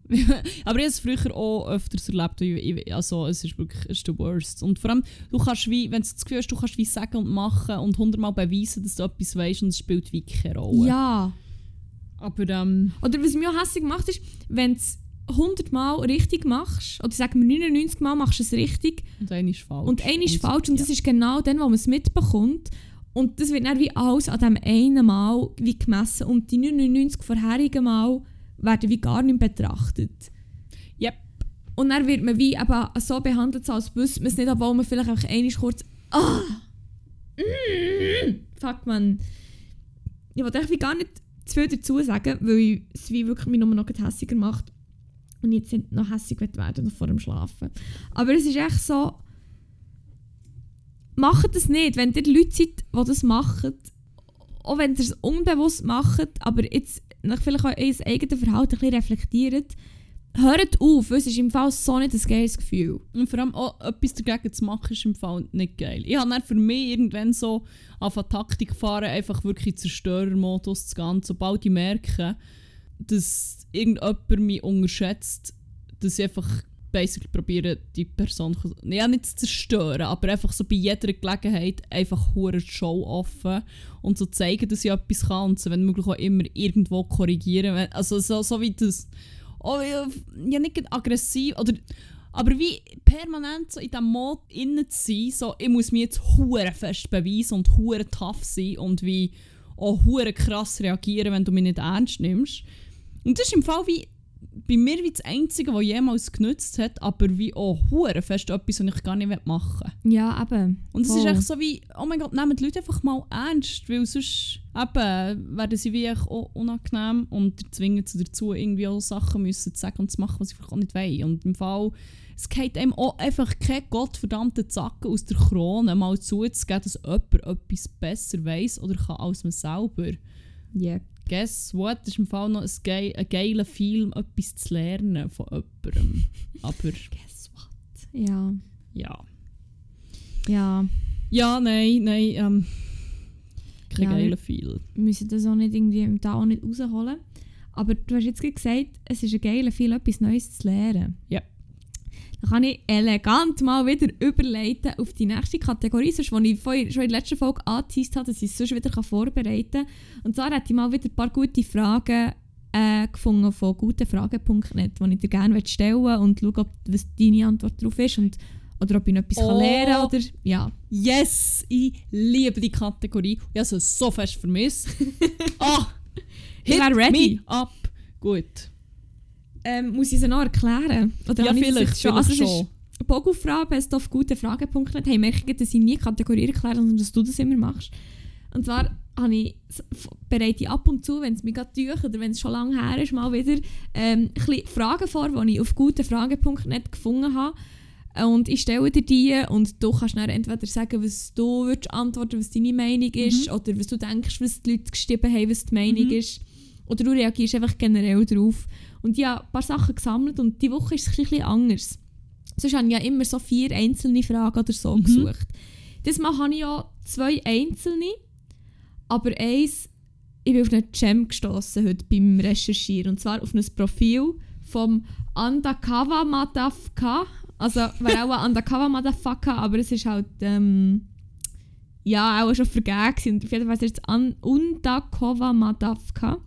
Aber ich habe es früher auch öfters erlebt. Also es ist wirklich es ist the worst. Und vor allem, du kannst wie, wenn du das Gefühl hast, du kannst wie sagen und machen und hundertmal beweisen, dass du etwas weißt und es spielt wie keine Rolle. Ja. Aber ähm... Oder was mich auch hässlich macht, ist, wenn du es hundert Mal richtig machst, oder sagen wir neunundneunzig Mal machst du es richtig. Und einer ist falsch. Und einer ist und falsch. Und ja. das ist genau dann, wo man es mitbekommt. Und das wird dann wie alles an diesem einen Mal wie gemessen. Und die neunundneunzig vorherigen Mal werden wie gar nicht betrachtet. Yep. Und dann wird man wie eben so behandelt, als wüsste man es nicht, obwohl man vielleicht einfach einmal kurz «Ah! Mm, fuck, man!» Ich wollte eigentlich wie gar nicht zu viel dazu sagen, weil es wie wirklich mich nur noch hässiger macht. Und jetzt nicht noch hässig werden noch vor dem Schlafen. Aber es ist echt so... Macht das nicht, wenn ihr Leute seid, die das machen. Auch wenn ihr es unbewusst macht, aber jetzt vielleicht auch euer eigenes Verhalten ein bisschen reflektiert. Hört auf, weil es ist im Fall so nicht ein geiles Gefühl. Und vor allem auch etwas dagegen zu machen, ist im Fall nicht geil. Ich habe dann für mich irgendwann so auf eine Taktik gefahren, einfach wirklich in Zerstörermodus zu gehen. Sobald ich merke, dass irgendjemand mich unterschätzt, dass ich einfach basically probiere, die Person ja, nicht zu zerstören, aber einfach so bei jeder Gelegenheit einfach hure Show offen und so zeigen, dass ich etwas kann und so, wenn möglich auch immer irgendwo korrigieren. Also so, so wie das oh, ja, ja nicht aggressiv oder aber wie permanent so in diesem Mode innen zu sein, so ich muss mich jetzt hure fest beweisen und hure tough sein und wie auch hure krass reagieren, wenn du mich nicht ernst nimmst. Und das ist im Fall wie bei mir wie das Einzige, was jemals genützt hat, aber wie auch hure fest etwas, was ich gar nicht machen will. Ja, eben. Und es Voll. ist echt so wie, oh mein Gott, nehmen die Leute einfach mal ernst, weil sonst eben werden sie wie auch unangenehm und zwingen sie dazu, irgendwie auch Sachen müssen zu sagen und zu machen, was sie vielleicht auch nicht wollen. Und im Fall, es geht einem auch einfach kein gottverdammter Zacken aus der Krone, mal zuzugeben, dass jemand etwas besser weiss oder kann als man selber. Yep. Guess what? Das ist im Fall noch ein, geil, ein geiler Film, etwas zu lernen von jemandem. Aber Guess what? Ja. ja. Ja. Ja, nein, nein. Ähm, kein Ja, geiler wir- Film. Wir müssen das auch nicht irgendwie da auch nicht rausholen. Aber du hast jetzt gerade gesagt, es ist ein geiler Film, etwas Neues zu lernen. Ja. Dann kann ich elegant mal wieder überleiten auf die nächste Kategorie, sonst, die ich vorhin, schon in der letzten Folge angeteased habe, dass ich es sonst wieder vorbereiten kann. Und zwar hätte ich mal wieder ein paar gute Fragen äh, gefunden von gutenfragen punkt net, die ich dir gerne stellen möchte und schauen, ob was deine Antwort darauf ist und, oder ob ich noch etwas Oh. kann lernen kann. Oder, ja. Yes! Ich liebe die Kategorie. Ich habe sie so fest vermisst. Ah! Ich hit wäre ready. me up! Gut. Ähm, muss ich sie noch erklären? Oder Ja, habe ich das vielleicht, jetzt schon? vielleicht Also, es schon. ist Bogelfrage, best auf gutenfragen punkt net. Hey, merke ich, dass ich nie Kategorien erkläre, sondern dass du das immer machst. Und zwar habe ich, bereite ich ab und zu, wenn es mir gerade tue oder wenn es schon lange her ist, mal wieder ähm, ein bisschen Fragen vor, die ich auf gutenfragen punkt net gefunden habe. Und ich stelle dir die und du kannst dann entweder sagen, was du würdest antworten, was deine Meinung ist, Mhm. oder was du denkst, was die Leute geschrieben haben, was die Meinung Mhm. ist. Oder du reagierst einfach generell drauf. Und ich habe ein paar Sachen gesammelt und diese Woche ist es ein bisschen anders. Sonst habe ich ja immer so vier einzelne Fragen oder so Mhm. gesucht. Diesmal habe ich ja zwei einzelne, aber eins, ich bin auf eine Gem gestossen heute beim Recherchieren. Und zwar auf ein Profil vom Undercover Motherfucker. Also wäre auch ein Undercover Motherfucker, aber es ist halt ähm, ja auch schon vergeben gewesen. Und auf jeden Fall ist es ein Undercover Motherfucker.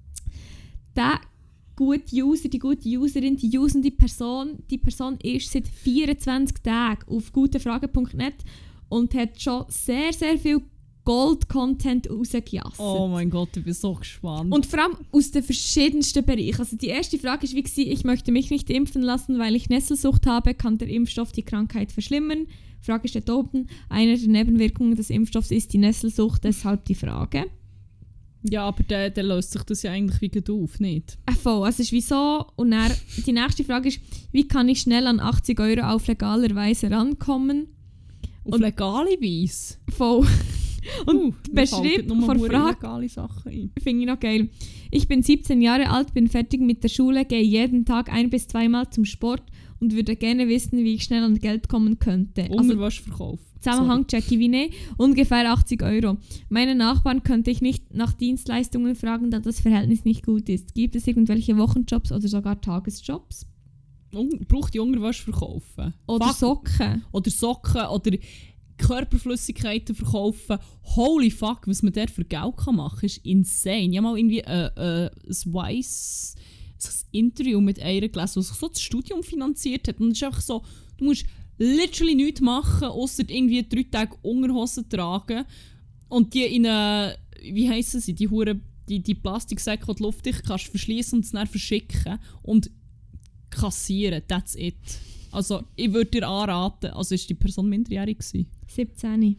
Der gute User, die gute Userin, die usende Person, die Person ist seit vierundzwanzig Tagen auf gutenfragen punkt net und hat schon sehr, sehr viel Gold-Content rausgejasset. Oh mein Gott, ich bin so gespannt. Und vor allem aus den verschiedensten Bereichen. Also die erste Frage ist, wie gesagt, ich möchte mich nicht impfen lassen, weil ich Nesselsucht habe. Kann der Impfstoff die Krankheit verschlimmern? Frage steht oben. Eine der Nebenwirkungen des Impfstoffs ist die Nesselsucht, deshalb die Frage. ja, aber der, der löst sich das ja eigentlich wie gut auf, nicht? Äh, voll, also es ist wieso. Und dann, die nächste Frage ist, wie kann ich schnell an achtzig Euro auf legaler Weise rankommen? Auf Und- legale Weise? Voll. Und Uh, die mir fallen Beschrieb nur vor hure Frage illegale Sachen ein. finde ich noch geil. Ich bin siebzehn Jahre alt, bin fertig mit der Schule, gehe jeden Tag ein- bis zweimal zum Sport und würde gerne wissen, wie ich schnell an Geld kommen könnte. Also, Unterwäscheverkauf. Zusammenhang checke ich wie nicht. Ungefähr achtzig Euro. Meine Nachbarn könnte ich nicht nach Dienstleistungen fragen, da das Verhältnis nicht gut ist. Gibt es irgendwelche Wochenjobs oder sogar Tagesjobs? Un- Braucht die Unterwäsche verkaufen. Oder Fuck. Socken? Oder Socken oder Körperflüssigkeiten verkaufen. Holy fuck, was man dort für Geld kann machen kann, ist insane. Ich habe mal irgendwie äh, äh, ein weiss ein Interview mit einer gelesen, die sich so das Studium finanziert hat. Und es ist einfach so, du musst literally nichts machen, außer irgendwie drei Tage Unterhosen tragen und die in eine, wie heissen sie, die Hure, die, die Plastiksäcke, die du luftdicht kannst verschließen und es dann verschicken und kassieren. That's it. Also ich würde dir anraten, also ist die Person minderjährig gewesen? siebzehn.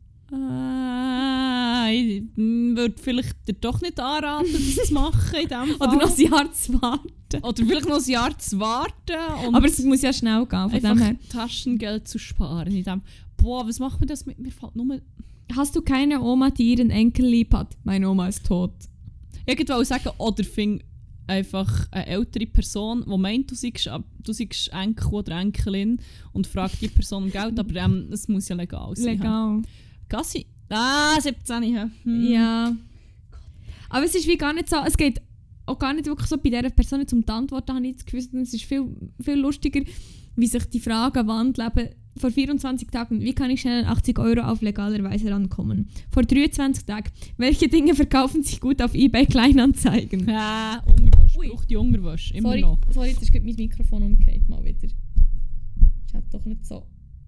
Äh, ich würde vielleicht dir doch nicht anraten, das zu machen in dem Fall. Oder noch ein Jahr zu warten. Oder vielleicht noch ein Jahr zu warten. Und Aber es muss ja schnell gehen, von dem einfach her. Taschengeld zu sparen. In dem, boah, was macht mir das mit mir? Fällt nur... Hast du keine Oma, die ihren Enkel lieb hat? Meine Oma ist tot. Ich wollte sagen, oder fing einfach eine ältere Person, die meint, du seist, du seist Enkel oder Enkelin und fragt die Person um Geld, aber ähm, es muss ja legal sein. Legal. Gassi? Ah, siebzehn. Ja. Hm. Ja. Aber es ist wie gar nicht so, es geht auch gar nicht wirklich so bei dieser Person nicht um die Antwort, da habe ich das Gefühl, es ist viel, viel lustiger, wie sich die Fragen wandeln. Eben, vor vierundzwanzig Tagen, wie kann ich schnell achtzig Euro auf legale Weise rankommen? Vor dreiundzwanzig Tagen, welche Dinge verkaufen sich gut auf eBay Kleinanzeigen? Ja, Unterwäsche. Ui. Braucht die Unterwäsche. Immer Sorry, noch. sorry, jetzt ist gerade mein Mikrofon umgekehrt mal wieder. Ist halt doch nicht so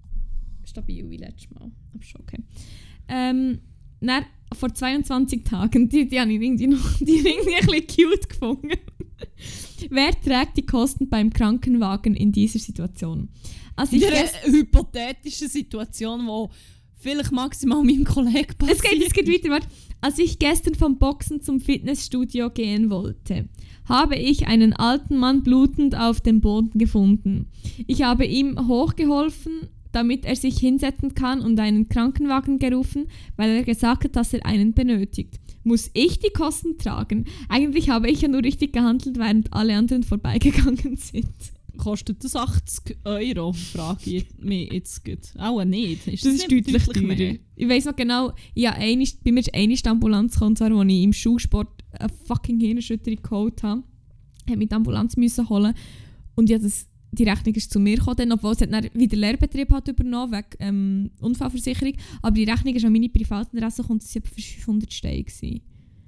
stabil wie letztes Mal. Aber schon okay. Ähm, dann, vor zweiundzwanzig Tagen, die, die habe ich irgendwie noch die habe ich irgendwie ein bisschen cute gefunden. Wer trägt die Kosten beim Krankenwagen in dieser Situation? Also In ich einer gest- hypothetischen Situation, wo vielleicht maximal meinem Kollegen passiert. es, geht, es geht weiter, warte. Als ich gestern vom Boxen zum Fitnessstudio gehen wollte, habe ich einen alten Mann blutend auf dem Boden gefunden. Ich habe ihm hochgeholfen, damit er sich hinsetzen kann und einen Krankenwagen gerufen, weil er gesagt hat, dass er einen benötigt. Muss ich die Kosten tragen? Eigentlich habe ich ja nur richtig gehandelt, während alle anderen vorbeigegangen sind. Kostet das achtzig Euro? Frage ich mich jetzt gut. Auch nicht. Ist Das das ist nicht deutlich deutlich teurer. Ich weiss noch genau, ja, einmal, bei mir ist eine Ambulanz gekommen, und zwar, als ich im Schulsport eine fucking Hirnerschütterung geholt habe. Ich musste die Ambulanz müssen holen und ja, das, die Rechnung ist zu mir gekommen, obwohl es hat dann wieder Lehrbetrieb hat übernommen wegen ähm, Unfallversicherung. Aber die Rechnung ist an meine Privatadresse gekommen, das war etwa für fünfhundert Steine gewesen.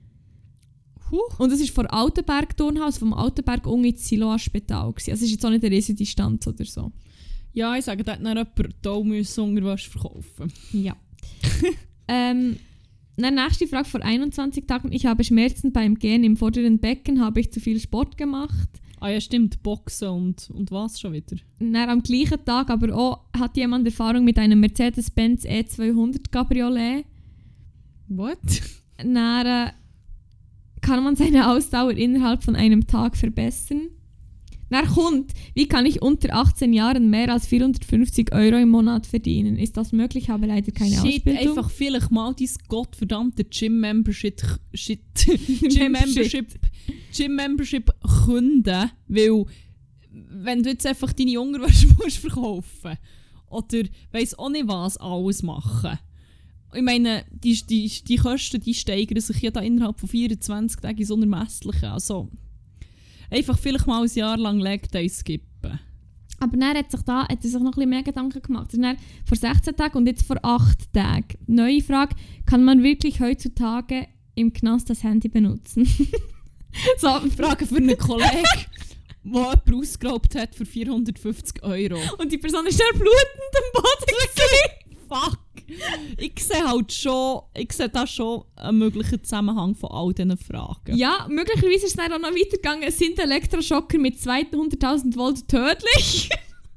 Huh. Und das ist vom Altenberg-Turnhaus, vom Altenberg unten ins Siloa-Spital gewesen. Also es ist jetzt auch nicht eine riesige Distanz oder so. Ja, ich sage, da hat dann jemand da müssen Unterwäsche verkaufen. Ja. ähm, dann nächste Frage vor einundzwanzig Tagen. Ich habe Schmerzen beim Gehen im vorderen Becken. Habe ich zu viel Sport gemacht? Ah ja, stimmt, Boxen und, und was schon wieder? Dann am gleichen Tag aber auch, hat jemand Erfahrung mit einem Mercedes-Benz E zweihundert Cabriolet? What? Dann äh, kann man seine Ausdauer innerhalb von einem Tag verbessern? Dann kommt, wie kann ich unter achtzehn Jahren mehr als vierhundertfünfzig Euro im Monat verdienen? Ist das möglich? Ich habe leider keine Shit, Ausbildung. einfach vielleicht mal dein gottverdammte Gym-Membership Shit, Gym-Membership Gym-Membership künden, weil wenn du jetzt einfach deine Unterwäsche musst verkaufen oder weiss auch nicht was alles machen. Ich meine, die, die, die Kosten die steigern sich ja da innerhalb von vierundzwanzig Tagen ins Unermessliche. Also einfach vielleicht mal ein Jahr lang Leg Days skippen. Aber dann hat, sich da, hat er sich noch ein bisschen mehr Gedanken gemacht. Das ist dann vor sechzehn Tagen und jetzt vor acht Tagen. Neue Frage, kann man wirklich heutzutage im Knast das Handy benutzen? So, Frage für einen Kollegen, der jemanden ausgeraubt hat für vierhundertfünfzig Euro. Und die Person ist dann blutend am Boden gelegen. Fuck! Ich sehe halt schon, ich sehe da schon einen möglichen Zusammenhang von all diesen Fragen. Ja, möglicherweise ist es dann auch noch weitergegangen. Sind Elektroschocker mit zweihunderttausend Volt tödlich?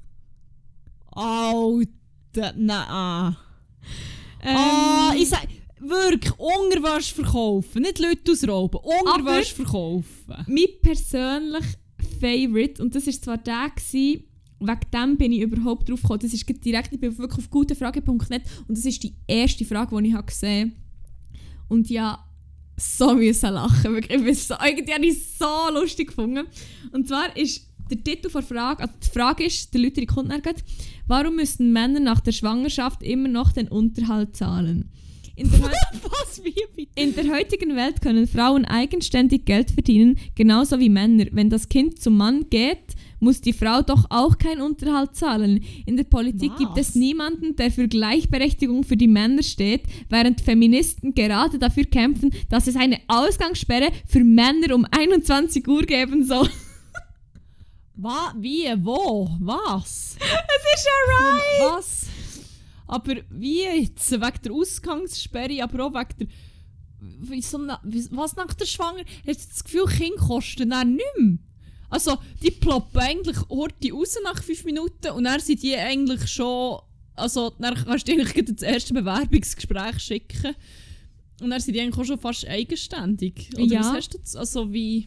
Alter, nein. Ähm, Ah, ich sag, wirklich, Unterwäsche verkaufen, nicht Leute ausrauben, Unterwäsche verkaufen. Mein persönlich Favorite, und das war zwar der, gewesen, wegen dem bin ich überhaupt drauf gekommen, das ist direkt, ich bin wirklich auf gutefrage punkt net und das ist die erste Frage, die ich habe gesehen habe. Und ja, so müssen lachen, wirklich, ich bin so, irgendwie habe ich es so lustig gefunden. Und zwar ist der Titel der Frage, also die Frage ist, der Leute kommt dann gleich, warum müssen Männer nach der Schwangerschaft immer noch den Unterhalt zahlen? In der, Was? Wie bitte? in der heutigen Welt können Frauen eigenständig Geld verdienen, genauso wie Männer. Wenn das Kind zum Mann geht, muss die Frau doch auch keinen Unterhalt zahlen. In der Politik Was? gibt es niemanden, der für Gleichberechtigung für die Männer steht, während Feministen gerade dafür kämpfen, dass es eine Ausgangssperre für Männer um einundzwanzig Uhr geben soll. Was? Wie? Wo? Was? Das ist ja right! Was? Aber wie jetzt? Wegen der Ausgangssperre, aber auch wegen der... Wieso, na- wie- was nach der Schwanger? Hast du das Gefühl, Kinder kosten dann nicht mehr? Also, die ploppen eigentlich Horti raus nach fünf Minuten und dann sind die eigentlich schon... Also, dann kannst du eigentlich gleich das erste Bewerbungsgespräch schicken. Und dann sind die eigentlich auch schon fast eigenständig. Oder Ja. was hast du jetzt? Also, wie...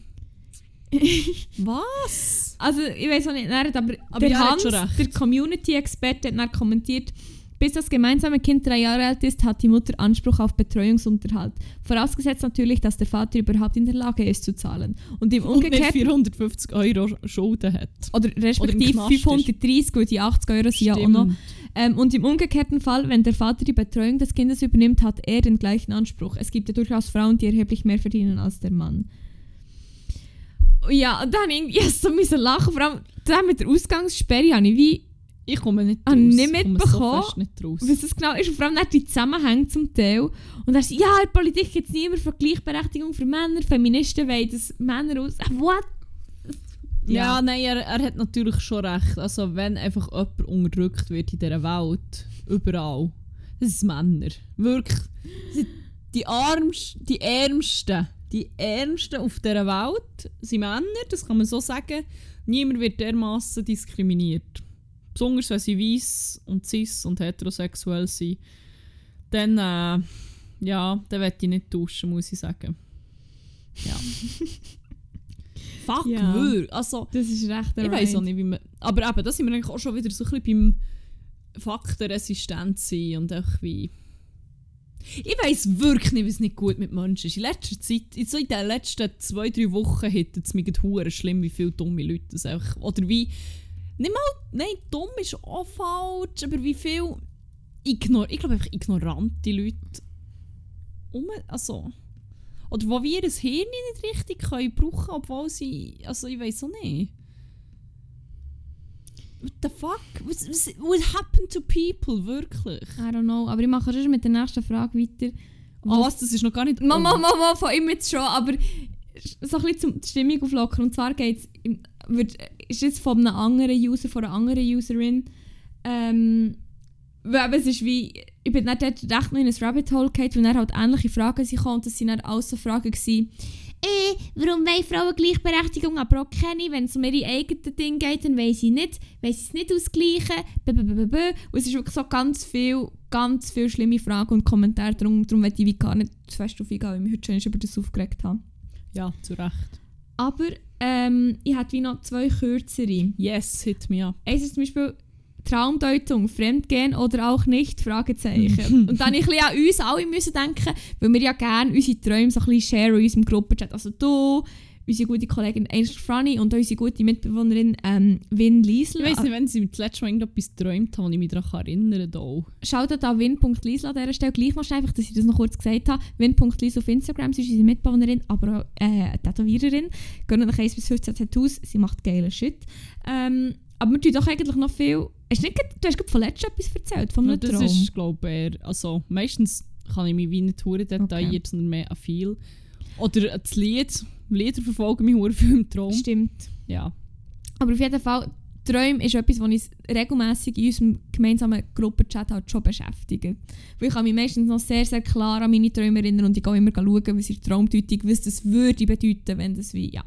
Was? Also, ich weiß auch nicht, nein, aber, Aber der ja, er hat Hans, schon recht. der Community-Experte, hat dann kommentiert, bis das gemeinsame Kind drei Jahre alt ist, hat die Mutter Anspruch auf Betreuungsunterhalt. Vorausgesetzt natürlich, dass der Vater überhaupt in der Lage ist zu zahlen. Und im Und nicht umgekehrten vierhundertfünfzig Euro Schulden hat. oder Oder im respektive Knast ist. fünfhundertdreißig, weil die achtzig Euro sind ja auch noch. Ähm, und im umgekehrten Fall, wenn der Vater die Betreuung des Kindes übernimmt, hat er den gleichen Anspruch. Es gibt ja durchaus Frauen, die erheblich mehr verdienen als der Mann. Ja, und dann irgendwie yes, so müssen lachen. Vor allem dann mit der Ausgangssperre habe ich wie, Ich komme nicht Ah, raus. nicht Ich komme mitbekommen? so fest nicht raus. was das genau ist. Und vor allem dann die Zusammenhänge zum Teil. Und dann ist ja, in der Politik gibt es niemand von Gleichberechtigung für Männer. Feministen wollen, dass Männer aus... Ah, what? Ja, nein, er, er hat natürlich schon recht. Also wenn einfach jemand unterdrückt wird in dieser Welt, überall, das sind Männer. Wirklich. Das sind die, Armst, die Ärmsten, die Ärmsten auf dieser Welt sind Männer, das kann man so sagen. Niemand wird dermassen diskriminiert. Besonders wenn sie weiss und cis und heterosexuell sind. Dann, äh, ja, dann will ich nicht tauschen, muss ich sagen. Ja. Fuck, Ja. wirklich. Also, Das ist recht ich weiß auch nicht, wie man... Aber eben, da sind wir eigentlich auch schon wieder so ein bisschen beim Faktenresistent sein und auch wie... Ich weiss wirklich nicht, was nicht gut mit Menschen ist. In letzter Zeit, in so in den letzten zwei, drei Wochen hätte es mich hure schlimm, wie viele dumme Leute das einfach... Oder wie... Nicht mal... Nein, dumm ist auch falsch, aber wie viel... Ignor, ich glaube einfach ignorante Leute... Um, also... Oder wo wir das Hirn nicht richtig können brauchen, obwohl sie... Also ich weiss auch nicht. What the fuck? What, what happened to people? Wirklich? I don't know, aber ich mache schon mit der nächsten Frage weiter. Oh, was? Das ist noch gar nicht... Mama, Mama, von ihm jetzt schon, aber so ein bisschen zum die Stimmung auflockern. Und zwar geht's, im- wird, ist jetzt von einem anderen User, von einer anderen Userin, ähm, weil eben es ist wie, ich bin dann dort recht noch in ein Rabbit Hole gefallen, weil dann halt ähnliche Fragen sind gekommen und das sind dann alles so Fragen gewesen. Äh, warum wollen Frauen Gleichberechtigung, aber auch keine? Wenn es um ihre eigenen Dinge geht, dann wollen sie nicht, wollen sie es nicht ausgleichen. Bö, bö, bö, bö, bö. Und es ist wirklich so ganz viel, ganz viele schlimme Fragen und Kommentare, darum, darum will ich wie gar nicht zu fest drauf eingehen, weil ich mich heute schon über das aufgeregt habe. Ja, zu Recht. Aber ähm, ich hatte wie noch zwei kürzere. Yes, hit me up. Eins ist zum Beispiel Traumdeutung, Fremdgehen oder auch nicht, Fragezeichen. Und dann ich ein bisschen an uns alle müssen denken, weil wir ja gerne unsere Träume so ein bisschen share in unserem Gruppenchat. Also du, unsere gute Kollegin Angel Franny und auch unsere gute Mitbewohnerin ähm, Win Liesl. Ich weiss nicht, wenn sie das letzte Mal irgendetwas geträumt haben, und ich mich daran erinnern kann. Schaut an win punkt liesl an dieser Stelle. Gleich mal einfach, dass ich das noch kurz gesagt habe. win punkt liesl auf Instagram, sie ist unsere Mitbewohnerin, aber auch äh, Tätowiererin. Gehen nach eins bis fünfzehn Tattoos, sie macht geile Shit. Ähm, aber wir tun doch eigentlich noch viel... Hast du, nicht, du hast gerade von letztem etwas erzählt, von Ja, einem das Traum. ist, glaube ich, eher... Also, meistens kann ich mich wie nicht hure detailliert, sondern mehr an viel. Oder das Lied. Lieder verfolgen mich hure viel im Traum. Stimmt. Ja. Aber auf jeden Fall, Träume ist etwas, was uns regelmässig in unserem gemeinsamen Gruppenchat halt schon beschäftigt. Weil ich kann mich meistens noch sehr, sehr klar an meine Träume erinnern und ich gehe immer schauen, was in der Traumdeutung, was das würde bedeuten, wenn das wie, ja.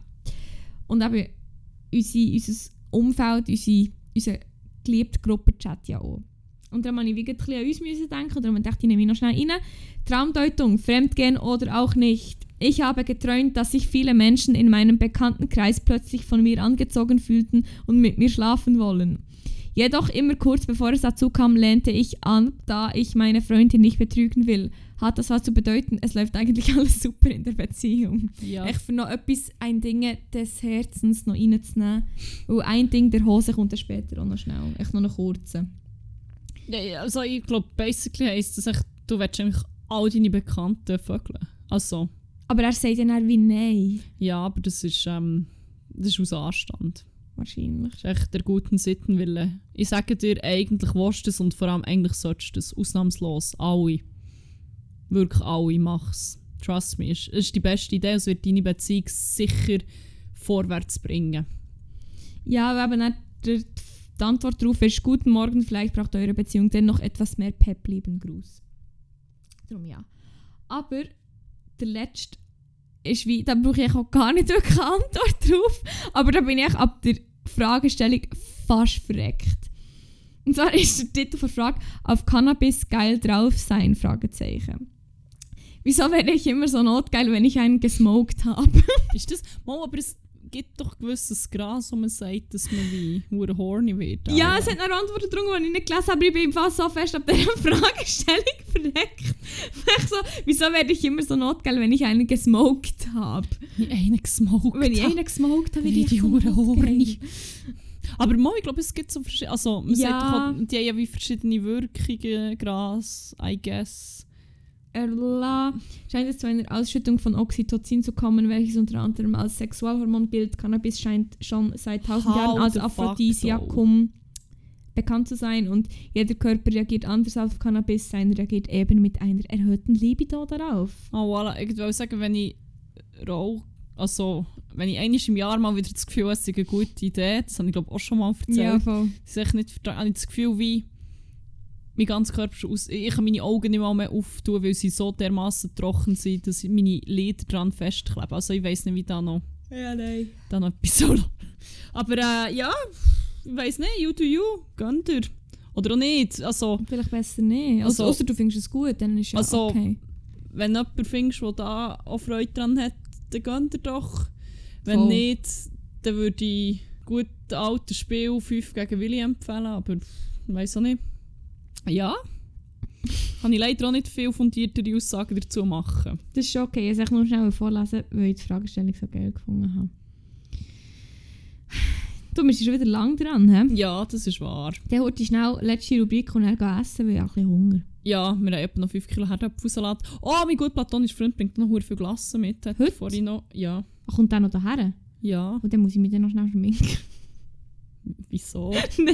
Und eben unsere, unser Umfeld, unsere, unser geliebter Gruppenchat ja auch. Und dann musste ich wieder ein bisschen an uns müssen denken und dann dachte ich, nehme ich noch schnell rein. Traumdeutung, Fremdgehen oder auch nicht. Ich habe geträumt, dass sich viele Menschen in meinem Bekanntenkreis plötzlich von mir angezogen fühlten und mit mir schlafen wollen. Jedoch immer kurz bevor es dazu kam, lehnte ich an, da ich meine Freundin nicht betrügen will. Hat das was zu bedeuten, es läuft eigentlich alles super in der Beziehung. Ja. Echt für noch etwas, ein Ding des Herzens noch reinzunehmen. Und ein Ding der Hose kommt dann später auch noch schnell. Echt noch eine kurze. Ja, ja, also ich glaube, basically heisst das echt, du willst eigentlich all deine Bekannten vögeln. Also, Aber er sagt dann auch wie nein. ja, aber das ist, ähm, das ist aus Anstand. Wahrscheinlich. Das ist echt der guten Sittenwille. Ich sage dir, eigentlich willst du das und vor allem eigentlich solltest du das ausnahmslos. Alle. Wirklich alle, mach's. Trust me. Es ist die beste Idee, es wird deine Beziehung sicher vorwärts bringen. Ja, aber eben nicht der, die Antwort darauf ist, guten Morgen, vielleicht braucht eure Beziehung dennoch etwas mehr Pep, lieben Gruß. Darum ja. Aber der letzte ist wie, da brauche ich auch gar nicht wirklich eine Antwort drauf, aber da bin ich ab der Fragestellung fast verreckt. Und zwar ist der Titel der Frage, auf Cannabis geil drauf sein? Fragezeichen. Wieso werde ich immer so notgeil, wenn ich einen gesmoked habe? Ist das? Mal, aber es gibt doch gewisses Gras, wo man sagt, dass man wie hure horny wird. Ja, aber- es hat noch Antworten drunter, die ich nicht gelesen habe, aber ich bin fast so fest ab dieser Fragestellung verreckt. Ich so, wieso werde ich immer so notgeil, wenn ich einen gesmoked habe? Wenn ich einen gesmoked Wenn ich habe. einen gesmoked habe, werde Wie ich die so hure notgeil. horny. Aber mal, ich glaube, es gibt so verschiedene. Also, man Ja. sagt doch auch, die haben ja wie verschiedene Wirkungen, Gras, I guess. Erla scheint es zu einer Ausschüttung von Oxytocin zu kommen, welches unter anderem als Sexualhormon gilt. Cannabis scheint schon seit tausend How Jahren als the fuck Aphrodisiakum bekannt zu sein und jeder Körper reagiert anders auf Cannabis. Sein reagiert eben mit einer erhöhten Libido darauf. Oh, voilà. Ich würde sagen, wenn ich rauche, also, wenn ich einmal im Jahr mal wieder das Gefühl habe, es ist eine gute Idee, das habe ich glaube auch schon mal erzählt. voll. Das ist echt nicht vertra- habe ich das Gefühl, wie mein ganzer Körper schon aus. Ich kann meine Augen nicht mal mehr auftun, weil sie so dermaßen trocken sind, dass meine Lider dran festkleben. Also ich weiss nicht, wie da noch, Ja, nein. da noch etwas soll. Aber äh, ja, ich weiss nicht, you do you, gönn dir. Oder auch nicht. Also, Vielleicht besser nicht. Also, Also- ausser du findest es gut, dann ist ja Also- okay. wenn du jemanden findest, der da auch Freude dran hat, dann gönn dir doch. Wenn Voll. nicht, dann würde ich gut altes Spiel fünf gegen Willi empfehlen, aber ich weiss auch nicht. Ja, kann ich leider auch nicht viel fundiertere Aussagen dazu machen. Das ist schon okay. Ich soll nur schnell vorlesen, weil ich die Fragestellung so geil gefunden habe. Du bist schon wieder lang dran, hä? Ja, das ist wahr. Dann holt ich schnell letzte Rubrik und dann gehen essen, weil ich habe ein bisschen Hunger. Ja, wir haben etwa noch fünf Kilo Herdöpfelsalat. Oh, mein gut platonischer Freund bringt noch verdammt viel Glasse mit. Hat Heute? vorhin noch. Ja, Ach, kommt der noch daher? ja. Und dann muss ich mich dann noch schnell schminken. Wieso? Nein!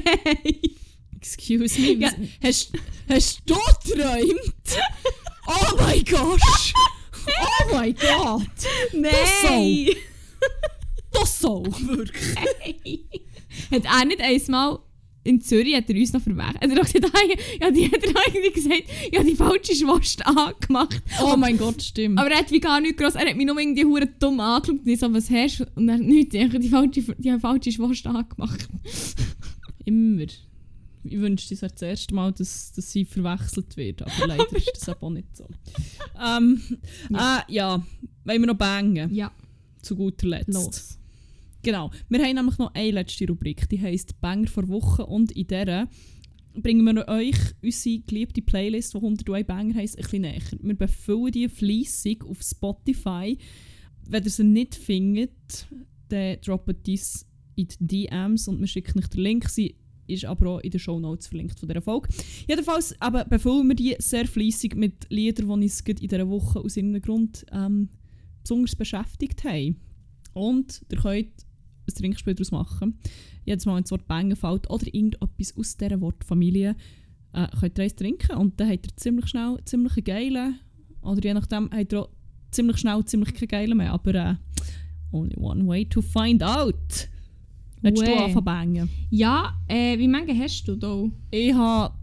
Excuse me. Ja. Hast, hast du geträumt? Oh mein Gott! Oh mein Gott! Nein! Das so! Wirklich! Hat er nicht einmal in Zürich hat er uns noch verwechselt? Hat er doch gesagt, ah, ja, die hat er eigentlich gesagt, ja, die falsche Schwast angemacht. Oh mein Gott, stimmt. Aber er hat wie gar nichts gross, er hat mich nur irgendwie hure dumm angeschaut und ich so, was hast du? Und er hat nichts, ich habe die falsche, die falsche Schwast angemacht. Immer. Ich wünschte, es wäre das erste Mal, dass, dass sie verwechselt wird. Aber leider ist das aber auch nicht so. Ähm, ja. Äh, ja, wollen wir noch bangen? Ja, Zu guter Letzt. los. Genau. Wir haben nämlich noch eine letzte Rubrik, die heisst «Banger vor Woche» und in dieser bringen wir euch unsere geliebte Playlist, die hundertundeins Banger heisst, ein bisschen näher. Wir befüllen die fleissig auf Spotify. Wenn ihr sie nicht findet, dann droppt dies in die D Ms und wir schicken euch den Link. Sie ist aber auch in den Shownotes verlinkt von dieser Folge. Jedenfalls aber befüllen wir die sehr fleissig mit Liedern, die uns in dieser Woche aus irgendeinem Grund ähm, besonders beschäftigt haben. Und ihr könnt ein Trinkspiel daraus machen. Jedes Mal, wenn das Wort «Bangen» fällt oder irgendetwas aus dieser Wortfamilie, äh, könnt ihr eins trinken und dann habt ihr ziemlich schnell ziemlich einen geilen, oder je nachdem habt ihr auch ziemlich schnell ziemlich keinen geilen mehr, aber äh, only one way to find out. Willst du Way. anfangen bangen? Ja, äh, wie viele hast du da? Ich habe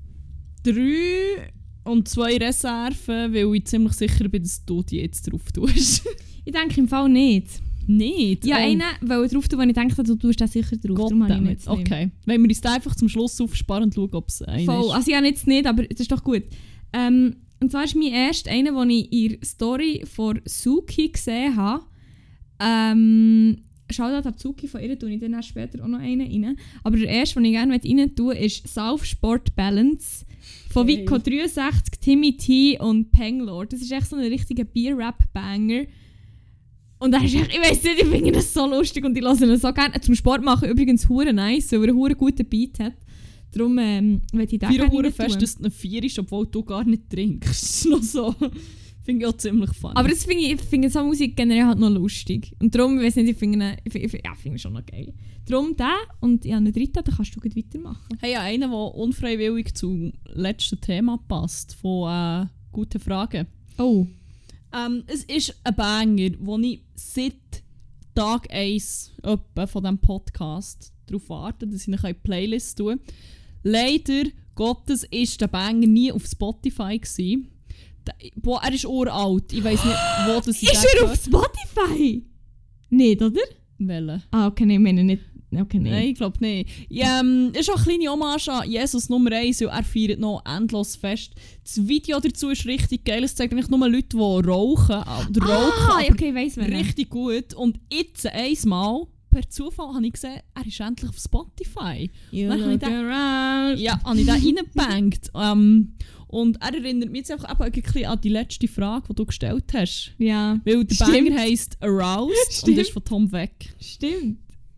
drei und zwei Reserven, weil ich ziemlich sicher bin, dass du die jetzt drauf tust. Ich denke im Fall nicht. Nicht? Ja, Oh, einen, weil drauf tun, wenn ich denke, du tust das sicher drauf. Darum habe ich ihn Goddammit. jetzt nicht. Okay. Wenn wir uns da einfach zum Schluss aufsparen und schauen, ob es einer Voll. ist. Also ich habe jetzt nicht, aber das ist doch gut. Ähm, und zwar ist mein erster einer, den ich in der Story von Suki gesehen habe. Ähm, Shoutout Azuki von ihr tue ich dann später auch noch einen rein. Aber der erste, den ich gerne rein tue, ist South Sport Balance von Geil. Vico dreiundsechzig, Timmy T und Penglord. Das ist echt so ein richtiger Beer-Rap-Banger. Und das ist echt, ich weiss nicht, ich finde das so lustig und ich höre ihn so gerne. Zum Sport machen übrigens hure nice, weil er einen hure guten Beat hat. Darum ähm, möchte ich den Vier gerne Uhr rein fest, tun. dass du eine vier ist, obwohl du gar nicht trinkst. Das ist noch so. Finde ich auch ziemlich fun. Aber das finde ich, ich finde so Musik generell halt noch lustig. Und darum, ich weiß nicht, ich finde ihn, ich, ich, ja, finde ihn schon noch geil. Darum den und ja, einen dritten, dann kannst du gut weitermachen. Hey, ja, einer, der unfreiwillig zum letzten Thema passt, von äh, «Gute Frage». Oh. Ähm, es ist ein Banger, wo ich seit Tag eins etwa von diesem Podcast darauf warte, dass ich ihn in die Playlist tue. Leider Gottes ist der Banger nie auf Spotify gewesen. Der, boah, er ist uralt. Ich weiss nicht, wo das Ist er auf Spotify? Nicht, oder? Welche? Ah, okay, nein, ich meine nicht. Okay, nein. Nein, ich glaube nicht. Ja, ähm, ist auch eine kleine Hommage an Jesus Nummer eins, weil er feiert noch endlos fest. Das Video dazu ist richtig geil. Es zeigt eigentlich nur Leute, die rauchen. Oder Ah, rauchen, aber okay, ich weiss, wer. richtig gut. Und jetzt einmal, per Zufall, habe ich gesehen, er ist endlich auf Spotify. You Dann habe ich look den- around. Ja, habe ich da reingebankt. ähm, und er erinnert mich jetzt einfach eben ein bisschen an die letzte Frage, die du gestellt hast. Ja, Weil der Stimmt. Banger heisst «Aroused» und Stimmt. ist von Tom Weck. stimmt.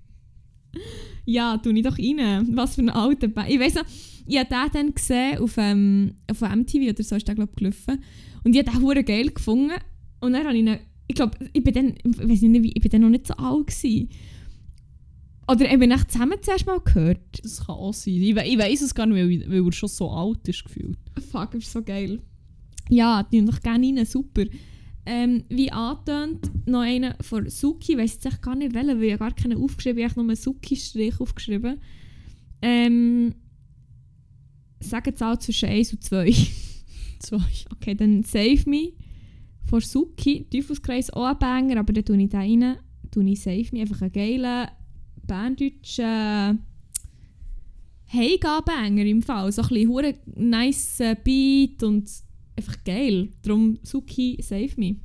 Ja, tu ich doch rein. Was für ein alter Band. Ich weiss noch, ich habe den dann gesehen auf, ähm, auf M T V oder so, ist der, glaube ich, gelaufen. Und ich habe den hure geil gefunden. Und dann habe ich ihn, ich glaube, ich bin dann, ich weiss nicht wie, ich bin dann noch nicht so alt gewesen. Oder haben wir echt zusammen zuerst mal gehört. Das kann auch sein. Ich, we ich weiss es gar nicht, weil, weil er schon so alt ist gefühlt. Fuck, das ist so geil. Ja, die doch gerne rein, super. Ähm, wie angetönt, noch einen von Suki, ich weiss jetzt gar nicht welchen, weil ich gar keinen aufgeschrieben habe, ich habe nur einen Suki-Strich aufgeschrieben. Ähm, sagen die Zahl zwischen eins und zwei. So. Okay, dann Save Me von Suki, Teufelskreis auch ein Banger, aber dann tue ich den rein, tue ich Save Me, einfach einen geilen, berndeutschen Heiga-Banger im Fall, so ein bisschen hure nice äh, Beat und einfach geil. Darum Suki, Save Me.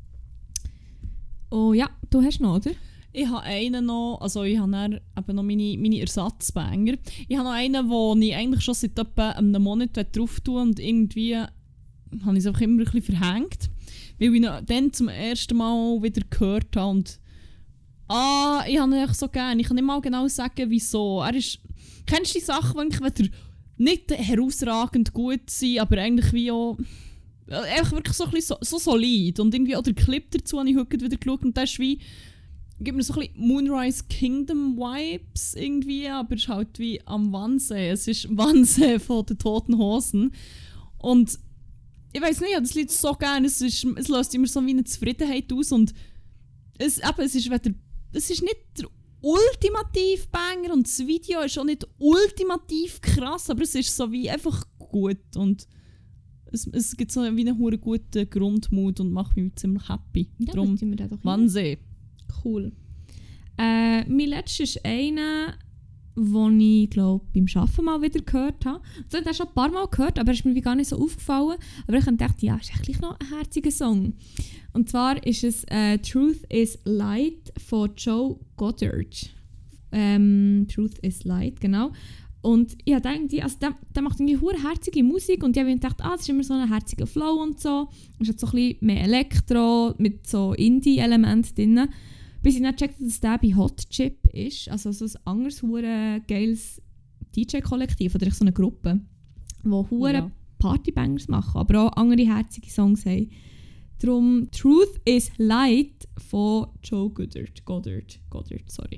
Oh ja, du hast noch, oder? Ich habe einen noch, also ich habe dann eben noch meine, meine Ersatzbanger. Ich habe noch einen, den ich eigentlich schon seit etwa einem Monat drauf tue und irgendwie habe ich es einfach immer ein bisschen verhängt. Weil ich ihn dann zum ersten Mal wieder gehört habe und ah, ich habe ihn echt so gerne. Ich kann nicht mal genau sagen, wieso. Er ist, kennst du die Sachen, wenn er nicht herausragend gut sind, aber eigentlich wie auch einfach wirklich so, ein bisschen so, so solid. Und irgendwie auch der Clip dazu habe ich heute wieder geschaut und der ist wie, gibt mir so ein bisschen Moonrise Kingdom Vibes irgendwie, aber es ist halt wie am Wannsee. Es ist Wannsee von den Toten Hosen. Und ich weiss nicht, ich habe das Lied so gerne. Es, ist, es löst immer so wie eine Zufriedenheit aus und es, eben, es ist weder, es ist nicht der ultimativ Banger und das Video ist auch nicht ultimativ krass, aber es ist so wie einfach gut und es, es gibt so wie einen hure guten Grundmut und macht mich ziemlich happy. Ja, Darum dann tun wir den doch rein. Wannsee. Cool. Äh, mein letzter ist einer, den ich glaube beim Arbeiten mal wieder gehört habe. So, ich habe schon ein paar Mal gehört, aber er ist mir wie gar nicht so aufgefallen. Aber ich dachte, ja, ist eigentlich noch ein herziger Song. Und zwar ist es äh, «Truth is Light» von Joe Goddard. Ähm, «Truth is Light», genau. Und ich habe irgendwie, also der, der macht irgendwie hure herzige Musik und ich habe mir gedacht, ah, das ist immer so ein herziger Flow und so. Es hat so ein bisschen mehr Elektro mit so Indie-Elementen drin. Bis ich dann checkte, dass der bei Hot Chip ist, also so ein anderes hure geiles D J-Kollektiv oder so eine Gruppe, die hure Ja. Partybangers machen, aber auch andere herzige Songs haben. Darum «Truth is Light» von Joe Goddard. Goddard, Goddard, sorry.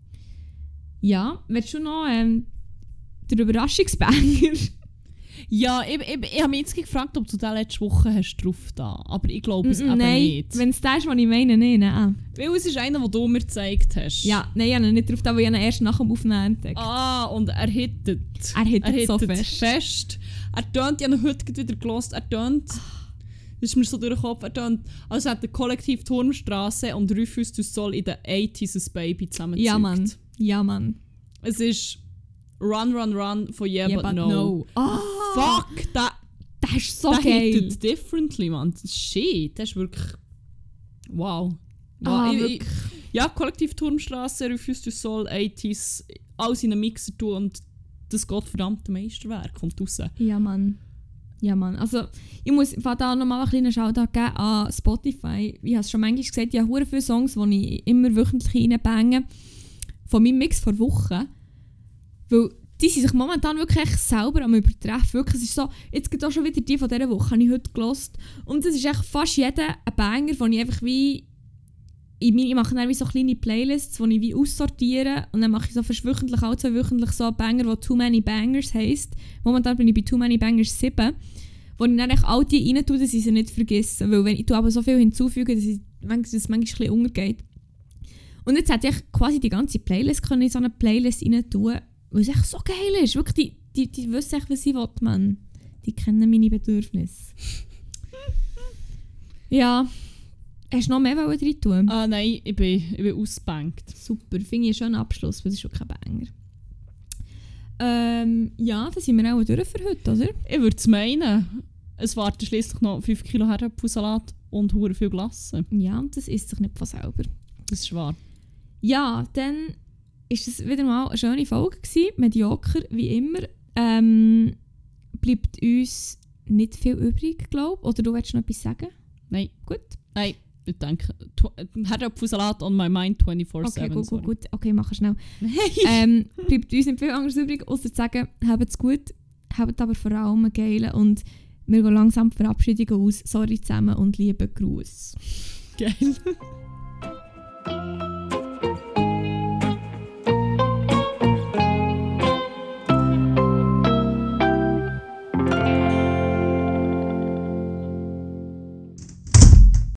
Ja, willst du noch ähm, den Überraschungsbanger? Ja, ich, ich, ich habe mich jetzt gefragt, ob du den letzte Woche hast drauf da, aber ich glaube es eben Nein, nicht. wenn es das ist, was ich meine, nein, nein. Weil es ist einer, den du mir gezeigt hast. Ja, nein, ich habe ihn nicht drauf da, weil ich ihn erst nach dem Aufnehmen entdeckt. Ah, und er hittet. Er hittet Er so hittet fest. fest. Er tönt, ich habe ihn heute wieder gelost, er tönt, das ist mir so durch den Kopf, er tönt, als hätte Kollektiv Turmstrasse und Rufus du Soll in den achtziger ein Baby zusammengezeugt. Ja, Mann. Ja, Mann. Es ist Run, Run, Run von Yeah, Yeah, but, but No. no. Ah, Fuck, der, das ist so der geil. hittet differently, man. Shit, das ist wirklich... Wow. wow. Ah, ich, ich, wirklich. ja, Kollektiv Turmstrasse, Refuse du Sol, achtziger, alles in einen Mixer tun und das gottverdammte Meisterwerk kommt raus. Ja, Mann. Ja, Mann. Also, ich muss da noch mal einen kleinen Shoutout geben an Spotify. Ich habe es schon manchmal gesagt, ich habe sehr viele Songs, die ich immer wöchentlich reinbange. Von meinem Mix vor Wochen. Weil die sind sich momentan wirklich echt selber am Übertreffen. Wirklich, es ist so, jetzt gibt auch schon wieder die von dieser Woche, habe ich heute gehört. Und es ist echt fast jeder ein Banger, den ich einfach wie... Ich, ich mache dann wie so kleine Playlists, die ich wie aussortiere. Und dann mache ich so fast wöchentlich, alle zwei wöchentlich so einen Banger, der Too Many Bangers heisst. Momentan bin ich bei Too Many Bangers sieben. Wo ich dann echt all die rein tue, dass ich sie nicht vergesse. Weil wenn ich tue aber so viel hinzufüge, dass, ich, dass es manchmal ein bisschen untergeht. Und jetzt hätte ich quasi die ganze Playlist können in so eine Playlist rein tun, weil es echt so geil ist. Wirklich, die, die, die wissen echt, was sie will, Mann. Die kennen meine Bedürfnisse. Ja. Hast du noch mehr drin tun? Ah nein, ich bin, ich bin ausgebankt. Super, finde ich einen schönen Abschluss, weil das ist schon kein Banger. Ähm, ja, dann sind wir auch durch für heute, oder? Ich würde es meinen. Es warten schliesslich noch fünf Kilo Herdäpfelsalat und hure viel Glasse. Ja, und das isst sich nicht von selber. Das ist wahr. Ja, dann war es wieder mal eine schöne Folge gewesen, medioker wie immer. Ähm, bleibt uns nicht viel übrig, glaube ich. Oder du willst noch etwas sagen? Nein. Gut. Nein, ich denke, Herdäpfelsalat on my mind vierundzwanzig sieben. Okay, gut, gut, gut. Okay, mach schnell. ähm, bleibt uns nicht viel anderes übrig, außer zu sagen, habt es gut, habt aber vor allem einen geilen und wir gehen langsam die Verabschiedung aus. Sorry zusammen und liebe Gruß. Geil.